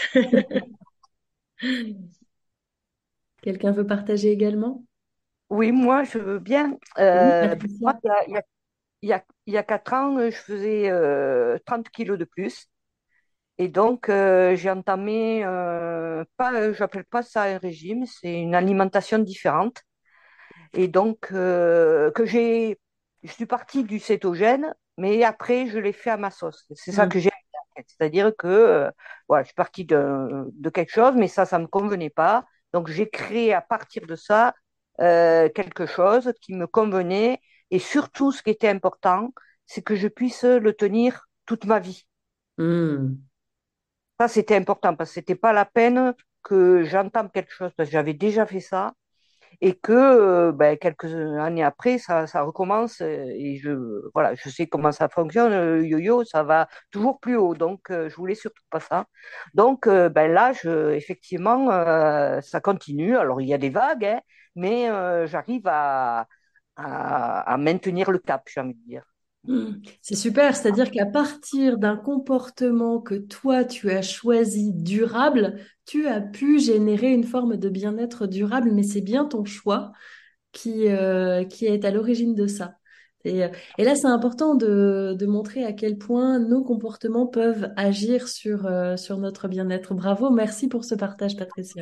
Quelqu'un veut partager également? Oui, moi, je veux bien. Oui, Euh, ben, moi, Patricia. il y a, il y a, il y a, il y a quatre ans, euh, je faisais euh, trente kilos de plus. Et donc, euh, j'ai entamé, euh, pas, euh, j'appelle pas ça un régime, c'est une alimentation différente. Et donc, euh, que j'ai, je suis partie du cétogène, mais après, je l'ai fait à ma sauce. C'est ça Mm. que j'ai en fait. C'est-à-dire que, euh, voilà, je suis partie de, de quelque chose, mais ça, ça me convenait pas. Donc, j'ai créé à partir de ça euh, quelque chose qui me convenait. Et surtout, ce qui était important, c'est que je puisse le tenir toute ma vie. Mm. Ça, c'était important parce que c'était pas la peine que j'entame quelque chose parce que j'avais déjà fait ça et que euh, ben, quelques années après, ça, ça recommence euh, et je, voilà, je sais comment ça fonctionne, le yo-yo, ça va toujours plus haut. Donc, euh, je voulais surtout pas ça. Donc, euh, ben là, je, effectivement, euh, ça continue. Alors, il y a des vagues, hein, mais euh, j'arrive à, à, à maintenir le cap, j'ai envie de dire. Mm. C'est super, c'est-à-dire qu'à partir d'un comportement que toi tu as choisi durable, tu as pu générer une forme de bien-être durable, mais c'est bien ton choix qui, euh, qui est à l'origine de ça. Et, euh, et là, c'est important de, de montrer à quel point nos comportements peuvent agir sur, euh, sur notre bien-être. Bravo, merci pour ce partage, Patricia.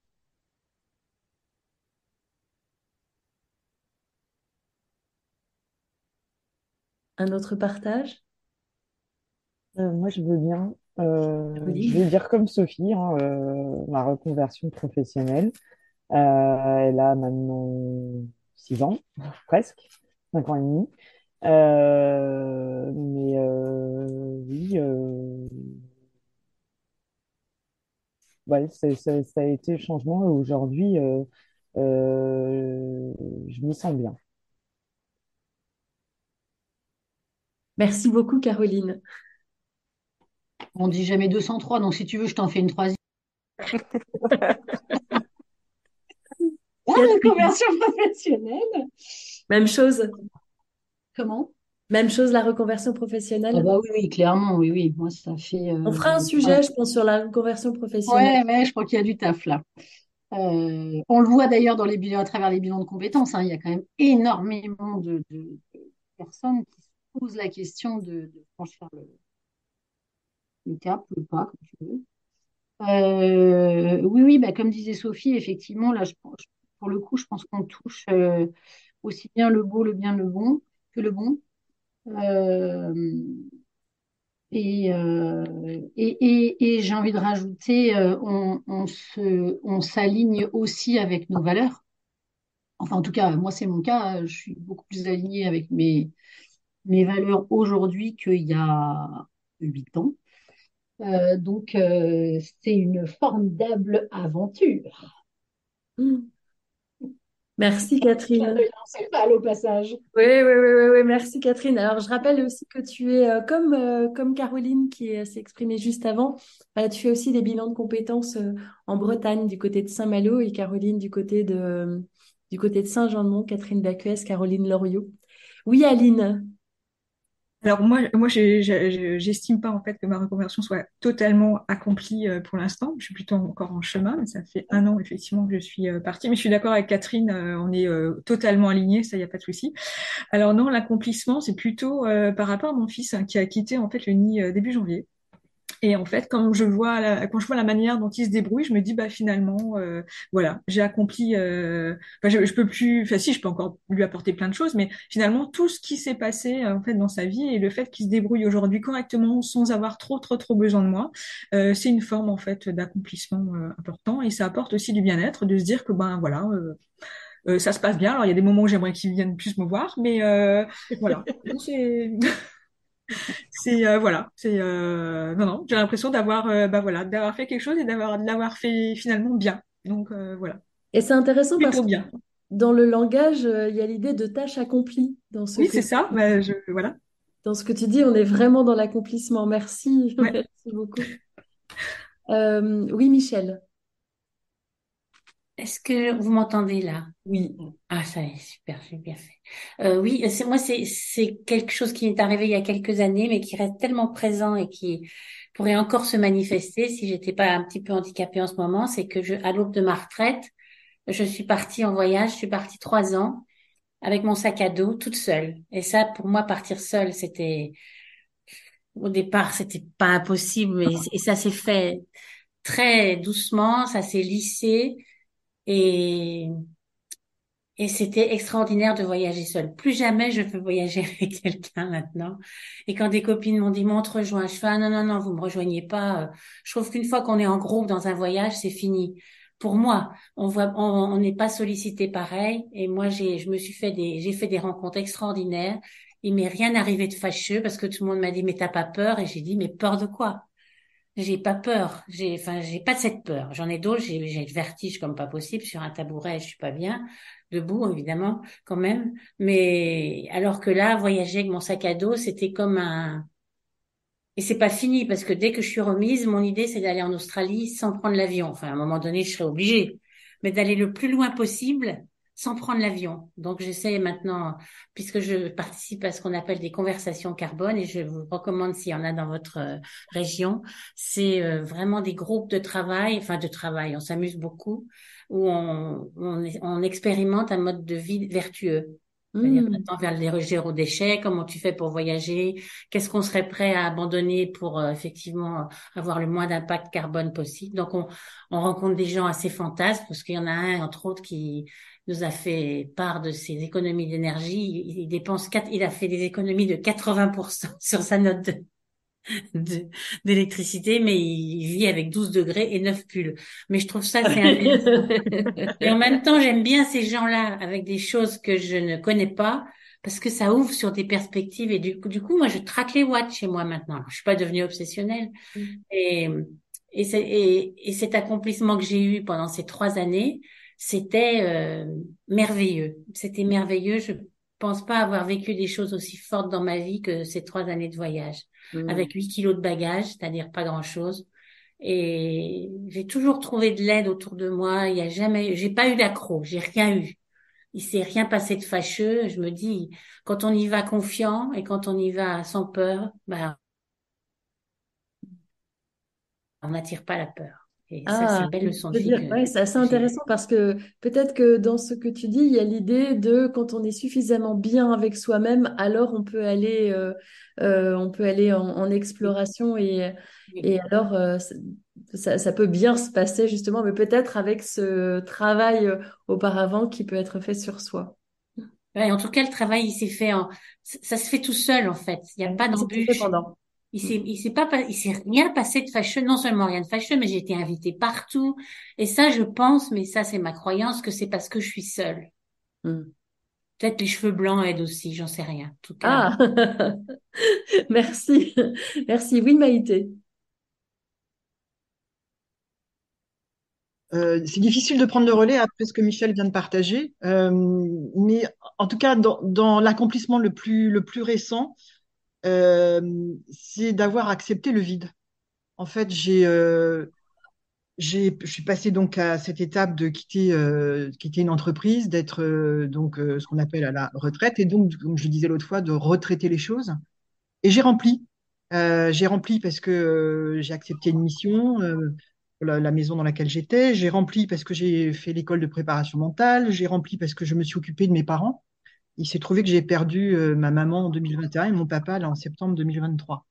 Un autre partage? Euh, moi, je veux bien. Euh, je vais Oui. dire comme Sophie, hein, euh, ma reconversion professionnelle. Euh, elle a maintenant six ans, presque. cinq ans et demi. Euh, mais euh, oui, euh, ouais, c'est- c'est- ça a été le changement. Et aujourd'hui, euh, euh, je m'y sens bien. Merci beaucoup, Caroline. On dit jamais deux cent trois, donc si tu veux, je t'en fais une troisième. Ah, Catherine, reconversion professionnelle. même chose. Comment? Même chose, la reconversion Ah professionnelle. bah oui, oui, clairement, oui, oui. Moi, ça fait... On euh, fera un enfin, sujet, je pense, sur la reconversion professionnelle. ouais, ouais, je crois qu'il y a du taf là. Euh, on le voit d'ailleurs dans les bilans, à travers les bilans de compétences, hein. Il y a quand même énormément de, de- de personnes qui se posent la question de, de franchir le, le cap, le pas, comme tu veux. Euh, oui, oui, bah, comme disait Sophie, effectivement, là, je, pense- pour le coup, je pense qu'on touche euh, aussi bien le beau, le bien, le bon que le bon. Euh, et, euh, et, et, et j'ai envie de rajouter, euh, on, on se, on s'aligne aussi avec nos valeurs. Enfin, en tout cas, moi, c'est mon cas. Je suis beaucoup plus alignée avec mes, mes valeurs aujourd'hui qu'il y a huit ans. Euh, donc, euh, c'est une formidable aventure. Mm. Merci, Clin Catherine. d'œil dans cette balle au passage. Oui, oui, oui, oui, oui, merci Catherine. Alors, je rappelle aussi que tu es euh, comme, euh, comme Caroline qui euh, s'est exprimée juste avant, euh, tu fais aussi des bilans de compétences euh, en Bretagne du côté de Saint-Malo et Caroline du côté de, du côté de Saint-Jean-de-Mont, Catherine Bacuès, Caroline Loriot. Oui, Aline. Alors moi, moi, j'ai- j'ai- j'estime pas en fait que ma reconversion soit totalement accomplie euh, pour l'instant. Je suis plutôt encore en chemin, mais ça fait un an effectivement que je suis euh, partie. Mais je suis d'accord avec Catherine, euh, on est euh, totalement alignés, ça y a pas de souci. Alors non, l'accomplissement, c'est plutôt euh, par rapport à mon fils hein, qui a quitté en fait le nid euh, début janvier. Et en fait, quand je vois la, quand je vois la manière dont il se débrouille, je me dis bah finalement, euh, voilà, j'ai accompli. Euh, enfin, je, je peux plus. Enfin, si, je peux encore lui apporter plein de choses, mais finalement, tout ce qui s'est passé euh, en fait dans sa vie et le fait qu'il se débrouille aujourd'hui correctement, sans avoir trop, trop, trop besoin de moi, euh, c'est une forme en fait d'accomplissement euh, important. Et ça apporte aussi du bien-être, de se dire que ben voilà. Euh, euh, ça se passe bien. Alors, il y a des moments où j'aimerais qu'il vienne plus me voir, mais euh, voilà. C'est c'est euh, voilà, c'est euh, non non, j'ai l'impression d'avoir euh, bah voilà, d'avoir fait quelque chose et d'avoir de l'avoir fait finalement bien. Donc euh, voilà, Et c'est intéressant parce plutôt que bien. dans le langage, euh, il y a l'idée de tâche accomplie dans ce Oui, que c'est ça. Bah, je voilà. dans ce que tu dis, on est vraiment dans l'accomplissement. Merci, Ouais. merci beaucoup. Euh, oui, Michel. Est-ce que vous m'entendez là? Oui. Ah, ça y est, super, j'ai bien fait. Euh, oui, c'est moi, c'est c'est quelque chose qui m'est arrivé il y a quelques années, mais qui reste tellement présent et qui pourrait encore se manifester si j'étais pas un petit peu handicapée en ce moment. C'est que je, à l'aube de ma retraite, je suis partie en voyage. Je suis partie trois ans avec mon sac à dos, toute seule. Et ça, pour moi, partir seule, c'était au départ, c'était pas impossible, mais et ça s'est fait très doucement, ça s'est lissé. Et Et c'était extraordinaire de voyager seule. Plus jamais je peux voyager avec quelqu'un maintenant. Et quand des copines m'ont dit, mais on te rejoint, je fais, ah non, non, non, vous me rejoignez pas. Euh, Je trouve qu'une fois qu'on est en groupe dans un voyage, c'est fini. Pour moi, on voit, on on n'est pas sollicité pareil. Et moi, j'ai, je me suis fait des, j'ai fait des rencontres extraordinaires. Il m'est rien arrivé de fâcheux parce que tout le monde m'a dit, mais t'as pas peur? Et j'ai dit, mais peur de quoi? J'ai pas peur. J'ai, enfin, j'ai pas de cette peur. J'en ai d'autres. J'ai, j'ai le vertige comme pas possible sur un tabouret. Je suis pas bien. Debout, évidemment, quand même. Mais alors que là, voyager avec mon sac à dos, c'était comme un, et c'est pas fini parce que dès que je suis remise, mon idée, c'est d'aller en Australie sans prendre l'avion. Enfin, à un moment donné, je serai obligée. Mais d'aller le plus loin possible sans prendre l'avion. Donc, j'essaie maintenant, puisque je participe à ce qu'on appelle des conversations carbone et je vous recommande s'il y en a dans votre euh, région, c'est euh, vraiment des groupes de travail, enfin de travail, on s'amuse beaucoup, où on, on, on expérimente un mode de vie vertueux. C'est-à-dire Hmm. maintenant vers les zéro déchet, comment tu fais pour voyager, qu'est-ce qu'on serait prêt à abandonner pour euh, effectivement avoir le moins d'impact carbone possible. Donc on, on rencontre des gens assez fantasques parce qu'il y en a un entre autres qui nous a fait part de ses économies d'énergie. Il, il dépense quatre, il a fait des économies de quatre-vingts pour cent sur sa note de, de- d'électricité, mais il vit avec douze degrés et neuf pulls. Mais je trouve ça c'est intéressant. Et en même temps, j'aime bien ces gens-là avec des choses que je ne connais pas parce que ça ouvre sur des perspectives. Et du coup, du coup, moi, je traque les watts chez moi maintenant. Alors, je suis pas devenue obsessionnelle. Mm. Et, et, c'est- et, et cet accomplissement que j'ai eu pendant ces trois années, c'était euh, merveilleux. C'était merveilleux. Je pense pas avoir vécu des choses aussi fortes dans ma vie que ces trois années de voyage, Mm. avec huit kilos de bagages, c'est-à-dire pas grand-chose. Et j'ai toujours trouvé de l'aide autour de moi. Il y a jamais, j'ai pas eu d'accroc, j'ai rien eu. Il s'est rien passé de fâcheux. Je me dis, quand on y va confiant et quand on y va sans peur, bah, on n'attire pas la peur. Et ça, c'est Ah, une belle leçon je de veux vie dire, que, ouais, c'est assez que j'ai eue. intéressant parce que peut-être que dans ce que tu dis, il y a l'idée de quand on est suffisamment bien avec soi-même, alors on peut aller, euh, euh, on peut aller en, en Oui, exploration et, oui. et alors euh, c'est- ça, ça peut bien se passer justement, mais peut-être avec ce travail euh, auparavant qui peut être fait sur soi. Ouais, en tout cas, le travail, il s'est fait en, ça se fait tout seul, en fait. Il n'y a Ouais, pas c'était fait d'embûche. pendant. Il Mm. s'est, il s'est pas, pas- il s'est rien passé de fâcheux. Non seulement rien de fâcheux, mais j'ai été invitée partout. Et ça, je pense, mais ça, c'est ma croyance, que c'est parce que je suis seule. Mm. Peut-être les cheveux blancs aident aussi, j'en sais rien. En tout cas. Ah, merci, merci. Oui, Maïté. Euh, c'est difficile de prendre le relais après ce que Michel vient de partager, euh, mais en tout cas, dans, dans l'accomplissement le plus, le plus récent, euh, c'est d'avoir accepté le vide. En fait, j'ai, euh, j'ai, je suis passée donc à cette étape de quitter, euh, quitter une entreprise, d'être euh, donc euh, ce qu'on appelle à la retraite, et donc, comme je le disais l'autre fois, de retraiter les choses. Et j'ai rempli. Euh, j'ai rempli parce que euh, j'ai accepté une mission, euh, pour la, la maison dans laquelle j'étais. J'ai rempli parce que j'ai fait l'école de préparation mentale. J'ai rempli parce que je me suis occupée de mes parents. Il s'est trouvé que j'ai perdu euh, ma maman en deux mille vingt et un et un et mon papa là, en septembre deux mille vingt-trois.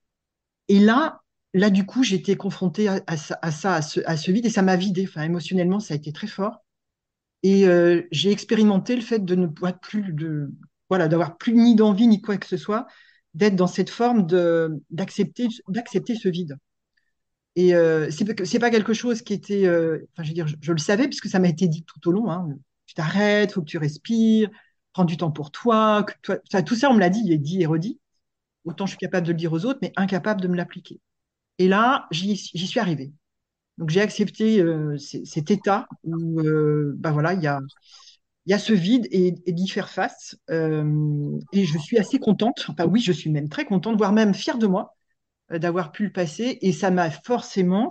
Et là, là du coup, j'ai été confrontée à, à ça, à, ça, à ce, à ce vide et ça m'a vidée. Enfin, émotionnellement, ça a été très fort. Et euh, j'ai expérimenté le fait de ne pas plus de, voilà, d'avoir plus ni d'envie ni quoi que ce soit, d'être dans cette forme de d'accepter d'accepter ce vide. Et euh, c'est pas c'est pas quelque chose qui était, euh, enfin, je veux dire, je, je le savais puisque ça m'a été dit tout au long. Hein, tu t'arrêtes, faut que tu respires, prends du temps pour toi. Que toi ça, tout ça, on me l'a dit, il est dit et redit. Autant je suis capable de le dire aux autres, mais incapable de me l'appliquer. Et là, j'y j'y suis arrivée. Donc j'ai accepté euh, c- cet état où, euh, bah voilà, il y a il y a ce vide et, et d'y faire face. Euh, et je suis assez contente, enfin oui, je suis même très contente, voire même fière de moi euh, d'avoir pu le passer. Et ça m'a forcément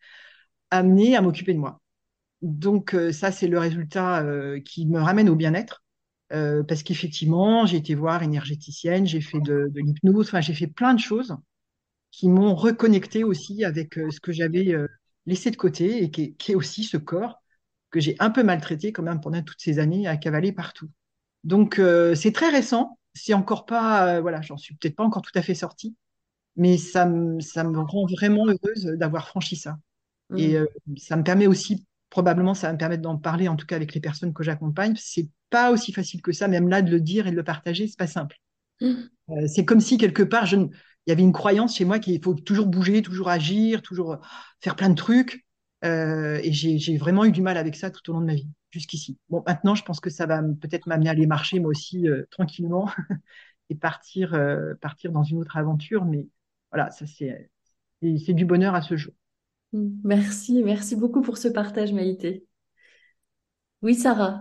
amené à m'occuper de moi. Donc euh, ça, c'est le résultat euh, qui me ramène au bien-être. Euh, parce qu'effectivement, j'ai été voir énergéticienne, j'ai fait de, de l'hypnose, enfin j'ai fait plein de choses qui m'ont reconnecté aussi avec euh, ce que j'avais euh, laissé de côté et qui est, qui est aussi ce corps que j'ai un peu maltraité quand même pendant toutes ces années à cavaler partout. Donc, euh, c'est très récent. C'est encore pas, euh, voilà, j'en suis peut-être pas encore tout à fait sortie, mais ça me, ça me rend vraiment heureuse d'avoir franchi ça. Et Mm. euh, ça me permet aussi, probablement, ça va me permettre d'en parler, en tout cas avec les personnes que j'accompagne. C'est pas aussi facile que ça, même là, de le dire et de le partager, c'est pas simple. Mm. Euh, c'est comme si quelque part, je ne- il y avait une croyance chez moi qu'il faut toujours bouger, toujours agir, toujours euh, faire plein de trucs. Euh, et j'ai, j'ai vraiment eu du mal avec ça tout au long de ma vie, jusqu'ici. Bon, maintenant, je pense que ça va m- peut-être m'amener à aller marcher moi aussi euh, tranquillement et partir, euh, partir dans une autre aventure. Mais voilà, ça c'est, c'est c'est du bonheur à ce jour. Mm. Merci, merci beaucoup pour ce partage, Maïté. Oui, Sarah.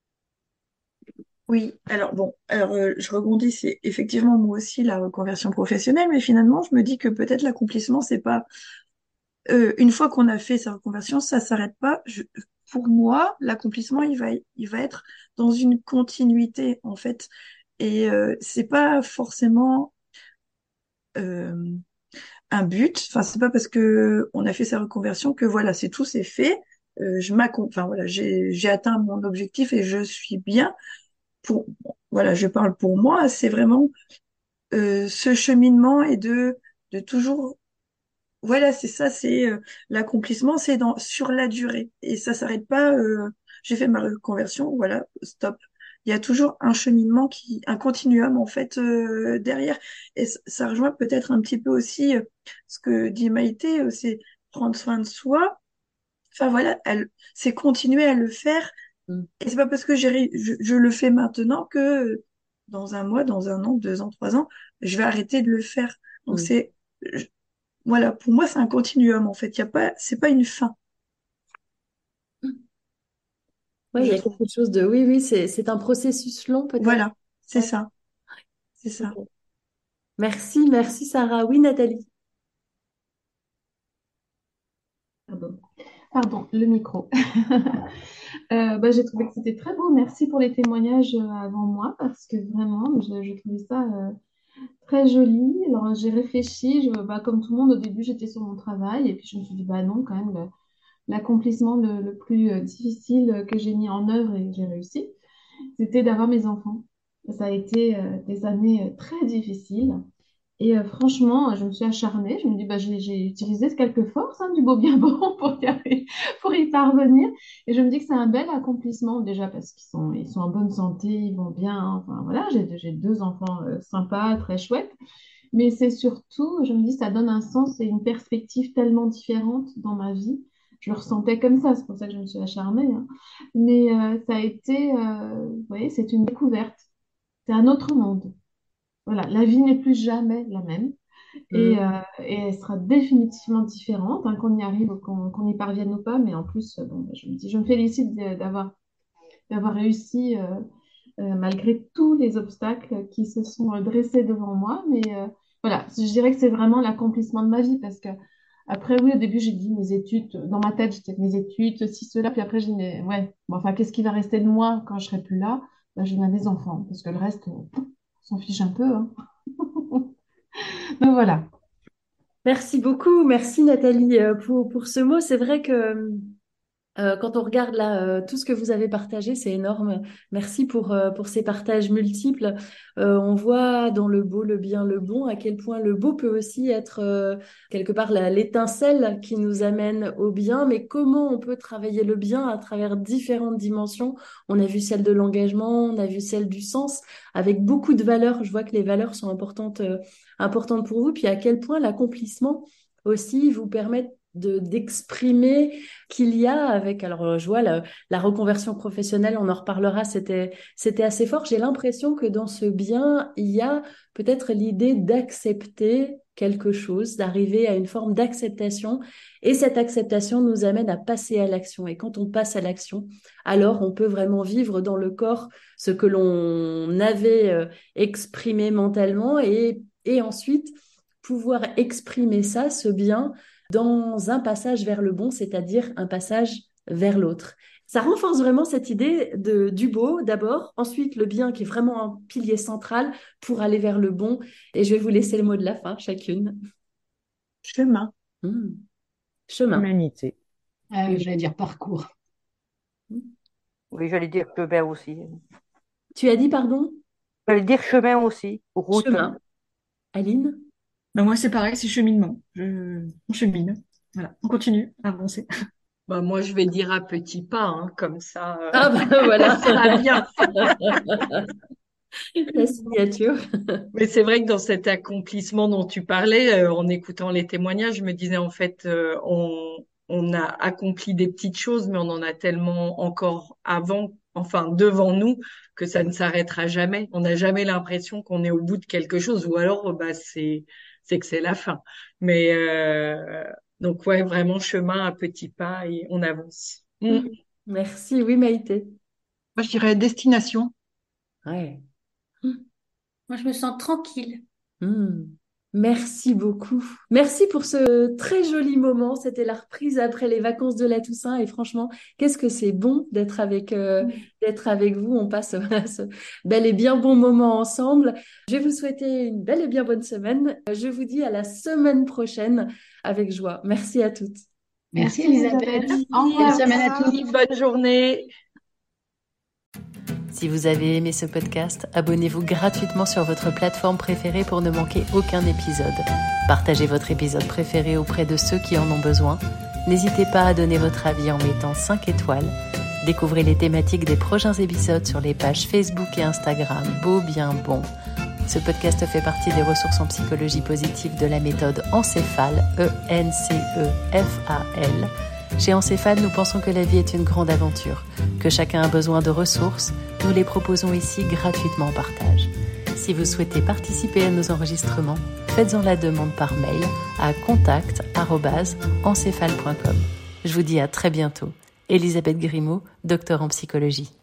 Oui, alors bon, alors euh, je rebondis, c'est effectivement moi aussi la reconversion professionnelle, mais finalement je me dis que peut-être l'accomplissement, c'est pas euh, une fois qu'on a fait sa reconversion, ça s'arrête pas. Je- pour moi, l'accomplissement, il va, il va être dans une continuité en fait, et euh, c'est pas forcément euh, un but. Enfin, c'est pas parce que on a fait sa reconversion que voilà, c'est tout, c'est fait. Euh, je m'accom- enfin voilà, j'ai j'ai atteint mon objectif et je suis bien. Pour voilà, je parle pour moi. C'est vraiment euh, ce cheminement et de de toujours voilà, c'est ça, c'est euh, l'accomplissement, c'est dans sur la durée et ça s'arrête pas. Euh, j'ai fait ma reconversion, voilà, stop. Il y a toujours un cheminement qui, un continuum en fait euh, derrière et c- ça rejoint peut-être un petit peu aussi euh, ce que dit Maïté, euh, c'est prendre soin de soi. Enfin voilà, elle, c'est continuer à le faire Mm. et c'est pas parce que j'ai, ré- je, je le fais maintenant que dans un mois, dans un an, deux ans, trois ans, je vais arrêter de le faire. Donc Mm. c'est, je- voilà, pour moi, c'est un continuum, en fait. Il y a pas, c'est pas une fin, Oui, il je y a trouve. quelque chose de... Oui, oui, c'est, c'est un processus long peut-être. Voilà, c'est Ouais. ça, c'est ça. Ok. Merci, merci Sarah. Oui, Nathalie. Pardon. Pardon, le micro. Euh, bah, j'ai trouvé que c'était très beau. Merci pour les témoignages euh, avant moi parce que vraiment, je, je trouvais ça euh, très joli. Alors, j'ai réfléchi. Je, bah, comme tout le monde, au début, j'étais sur mon travail et puis je me suis dit, bah non, quand même, le- l'accomplissement le, le plus euh, difficile que j'ai mis en œuvre et que j'ai réussi, c'était d'avoir mes enfants. Ça a été euh, des années euh, très difficiles. Et euh, franchement, je me suis acharnée. Je me dis, bah, j'ai j'ai utilisé quelques forces hein, du beau bien bon pour y, arri- pour y parvenir. Et je me dis que c'est un bel accomplissement déjà parce qu'ils sont, ils sont en bonne santé, ils vont bien. Enfin voilà, j'ai j'ai deux enfants euh, sympas, très chouettes. Mais c'est surtout, je me dis, ça donne un sens et une perspective tellement différente dans ma vie. Je le ressentais comme ça, c'est pour ça que je me suis acharnée. Hein. Mais euh, ça a été, euh, vous voyez, c'est une découverte. C'est un autre monde. Voilà, la vie n'est plus jamais la même et, euh, Mm. et elle sera définitivement différente, hein, qu'on y arrive ou qu'on qu'on y parvienne ou pas. Mais en plus, euh, bon, bah, je me dis, je me félicite de- d'avoir d'avoir réussi euh, euh, malgré tous les obstacles qui se sont euh, dressés devant moi. Mais euh, voilà, je dirais que c'est vraiment l'accomplissement de ma vie parce que après, oui, au début, j'ai dit mes études, dans ma tête, j'étais mes études, ceci, cela, puis après, j'ai dit, mais ouais, bon, enfin, qu'est-ce qui va rester de moi quand je serai plus là? Ben, j'ai mes enfants, parce que le reste, euh, on s'en fiche un peu, hein. Donc voilà. Merci beaucoup. Merci Nathalie euh, pour, pour ce mot. C'est vrai que Euh, quand on regarde là euh, tout ce que vous avez partagé, c'est énorme. Merci pour euh, pour ces partages multiples. Euh, on voit dans le beau, le bien, le bon, à quel point le beau peut aussi être euh, quelque part la- l'étincelle qui nous amène au bien. Mais comment on peut travailler le bien à travers différentes dimensions? On a vu celle de l'engagement, on a vu celle du sens, avec beaucoup de valeurs. Je vois que les valeurs sont importantes euh, importantes pour vous. Puis à quel point l'accomplissement aussi vous permet de d'exprimer qu'il y a avec, alors euh, je vois la, la reconversion professionnelle, on en reparlera, c'était, c'était assez fort. J'ai l'impression que dans ce bien, il y a peut-être l'idée d'accepter quelque chose, d'arriver à une forme d'acceptation. Et cette acceptation nous amène à passer à l'action. Et quand on passe à l'action, alors on peut vraiment vivre dans le corps ce que l'on avait euh, exprimé mentalement et, et ensuite pouvoir exprimer ça, ce bien, dans un passage vers le bon, c'est-à-dire un passage vers l'autre. Ça renforce vraiment cette idée de, du beau d'abord, ensuite le bien qui est vraiment un pilier central pour aller vers le bon. Et je vais vous laisser le mot de la fin, chacune. Chemin. Mmh. Chemin. Humanité. Euh, j'allais dire parcours. Oui, j'allais dire chemin aussi. Tu as dit pardon? J'allais dire chemin aussi, route. Chemin. Aline? Ben moi, c'est pareil, c'est cheminement. Je... On chemine. Voilà, on continue à avancer. Bah, moi, je vais dire à petits pas, hein, comme ça, euh, Ah ben voilà. ça sera bien. La signature. Mais c'est vrai que dans cet accomplissement dont tu parlais, euh, en écoutant les témoignages, je me disais en fait, euh, on, on a accompli des petites choses, mais on en a tellement encore avant, enfin devant nous, que ça ne s'arrêtera jamais. On n'a jamais l'impression qu'on est au bout de quelque chose, ou alors bah c'est c'est que c'est la fin. Mais euh, donc ouais, vraiment chemin à petits pas et on avance. Mm. Merci, oui Maïté. Moi, je dirais destination. Ouais. Moi, je me sens tranquille. Hmm. Merci beaucoup. Merci pour ce très joli moment. C'était la reprise après les vacances de la Toussaint et franchement, qu'est-ce que c'est bon d'être avec euh, d'être avec vous. On passe voilà, ce bel et bien bon moment ensemble. Je vais vous souhaiter une belle et bien bonne semaine. Je vous dis à la semaine prochaine avec joie. Merci à toutes. Merci, Merci, Elisabeth. Elisabeth. Au revoir. Bonne semaine à tous. Merci, bonne journée. Si vous avez aimé ce podcast, abonnez-vous gratuitement sur votre plateforme préférée pour ne manquer aucun épisode. Partagez votre épisode préféré auprès de ceux qui en ont besoin. N'hésitez pas à donner votre avis en mettant cinq étoiles. Découvrez les thématiques des prochains épisodes sur les pages Facebook et Instagram Beau Bien Bon. Ce podcast fait partie des ressources en psychologie positive de la méthode Encéphale, E N C E F A L. Chez Encéphale, nous pensons que la vie est une grande aventure, que chacun a besoin de ressources. Nous les proposons ici gratuitement en partage. Si vous souhaitez participer à nos enregistrements, faites-en la demande par mail à contact arobase encéphale point com. Je vous dis à très bientôt. Elisabeth Grimaud, docteur en psychologie.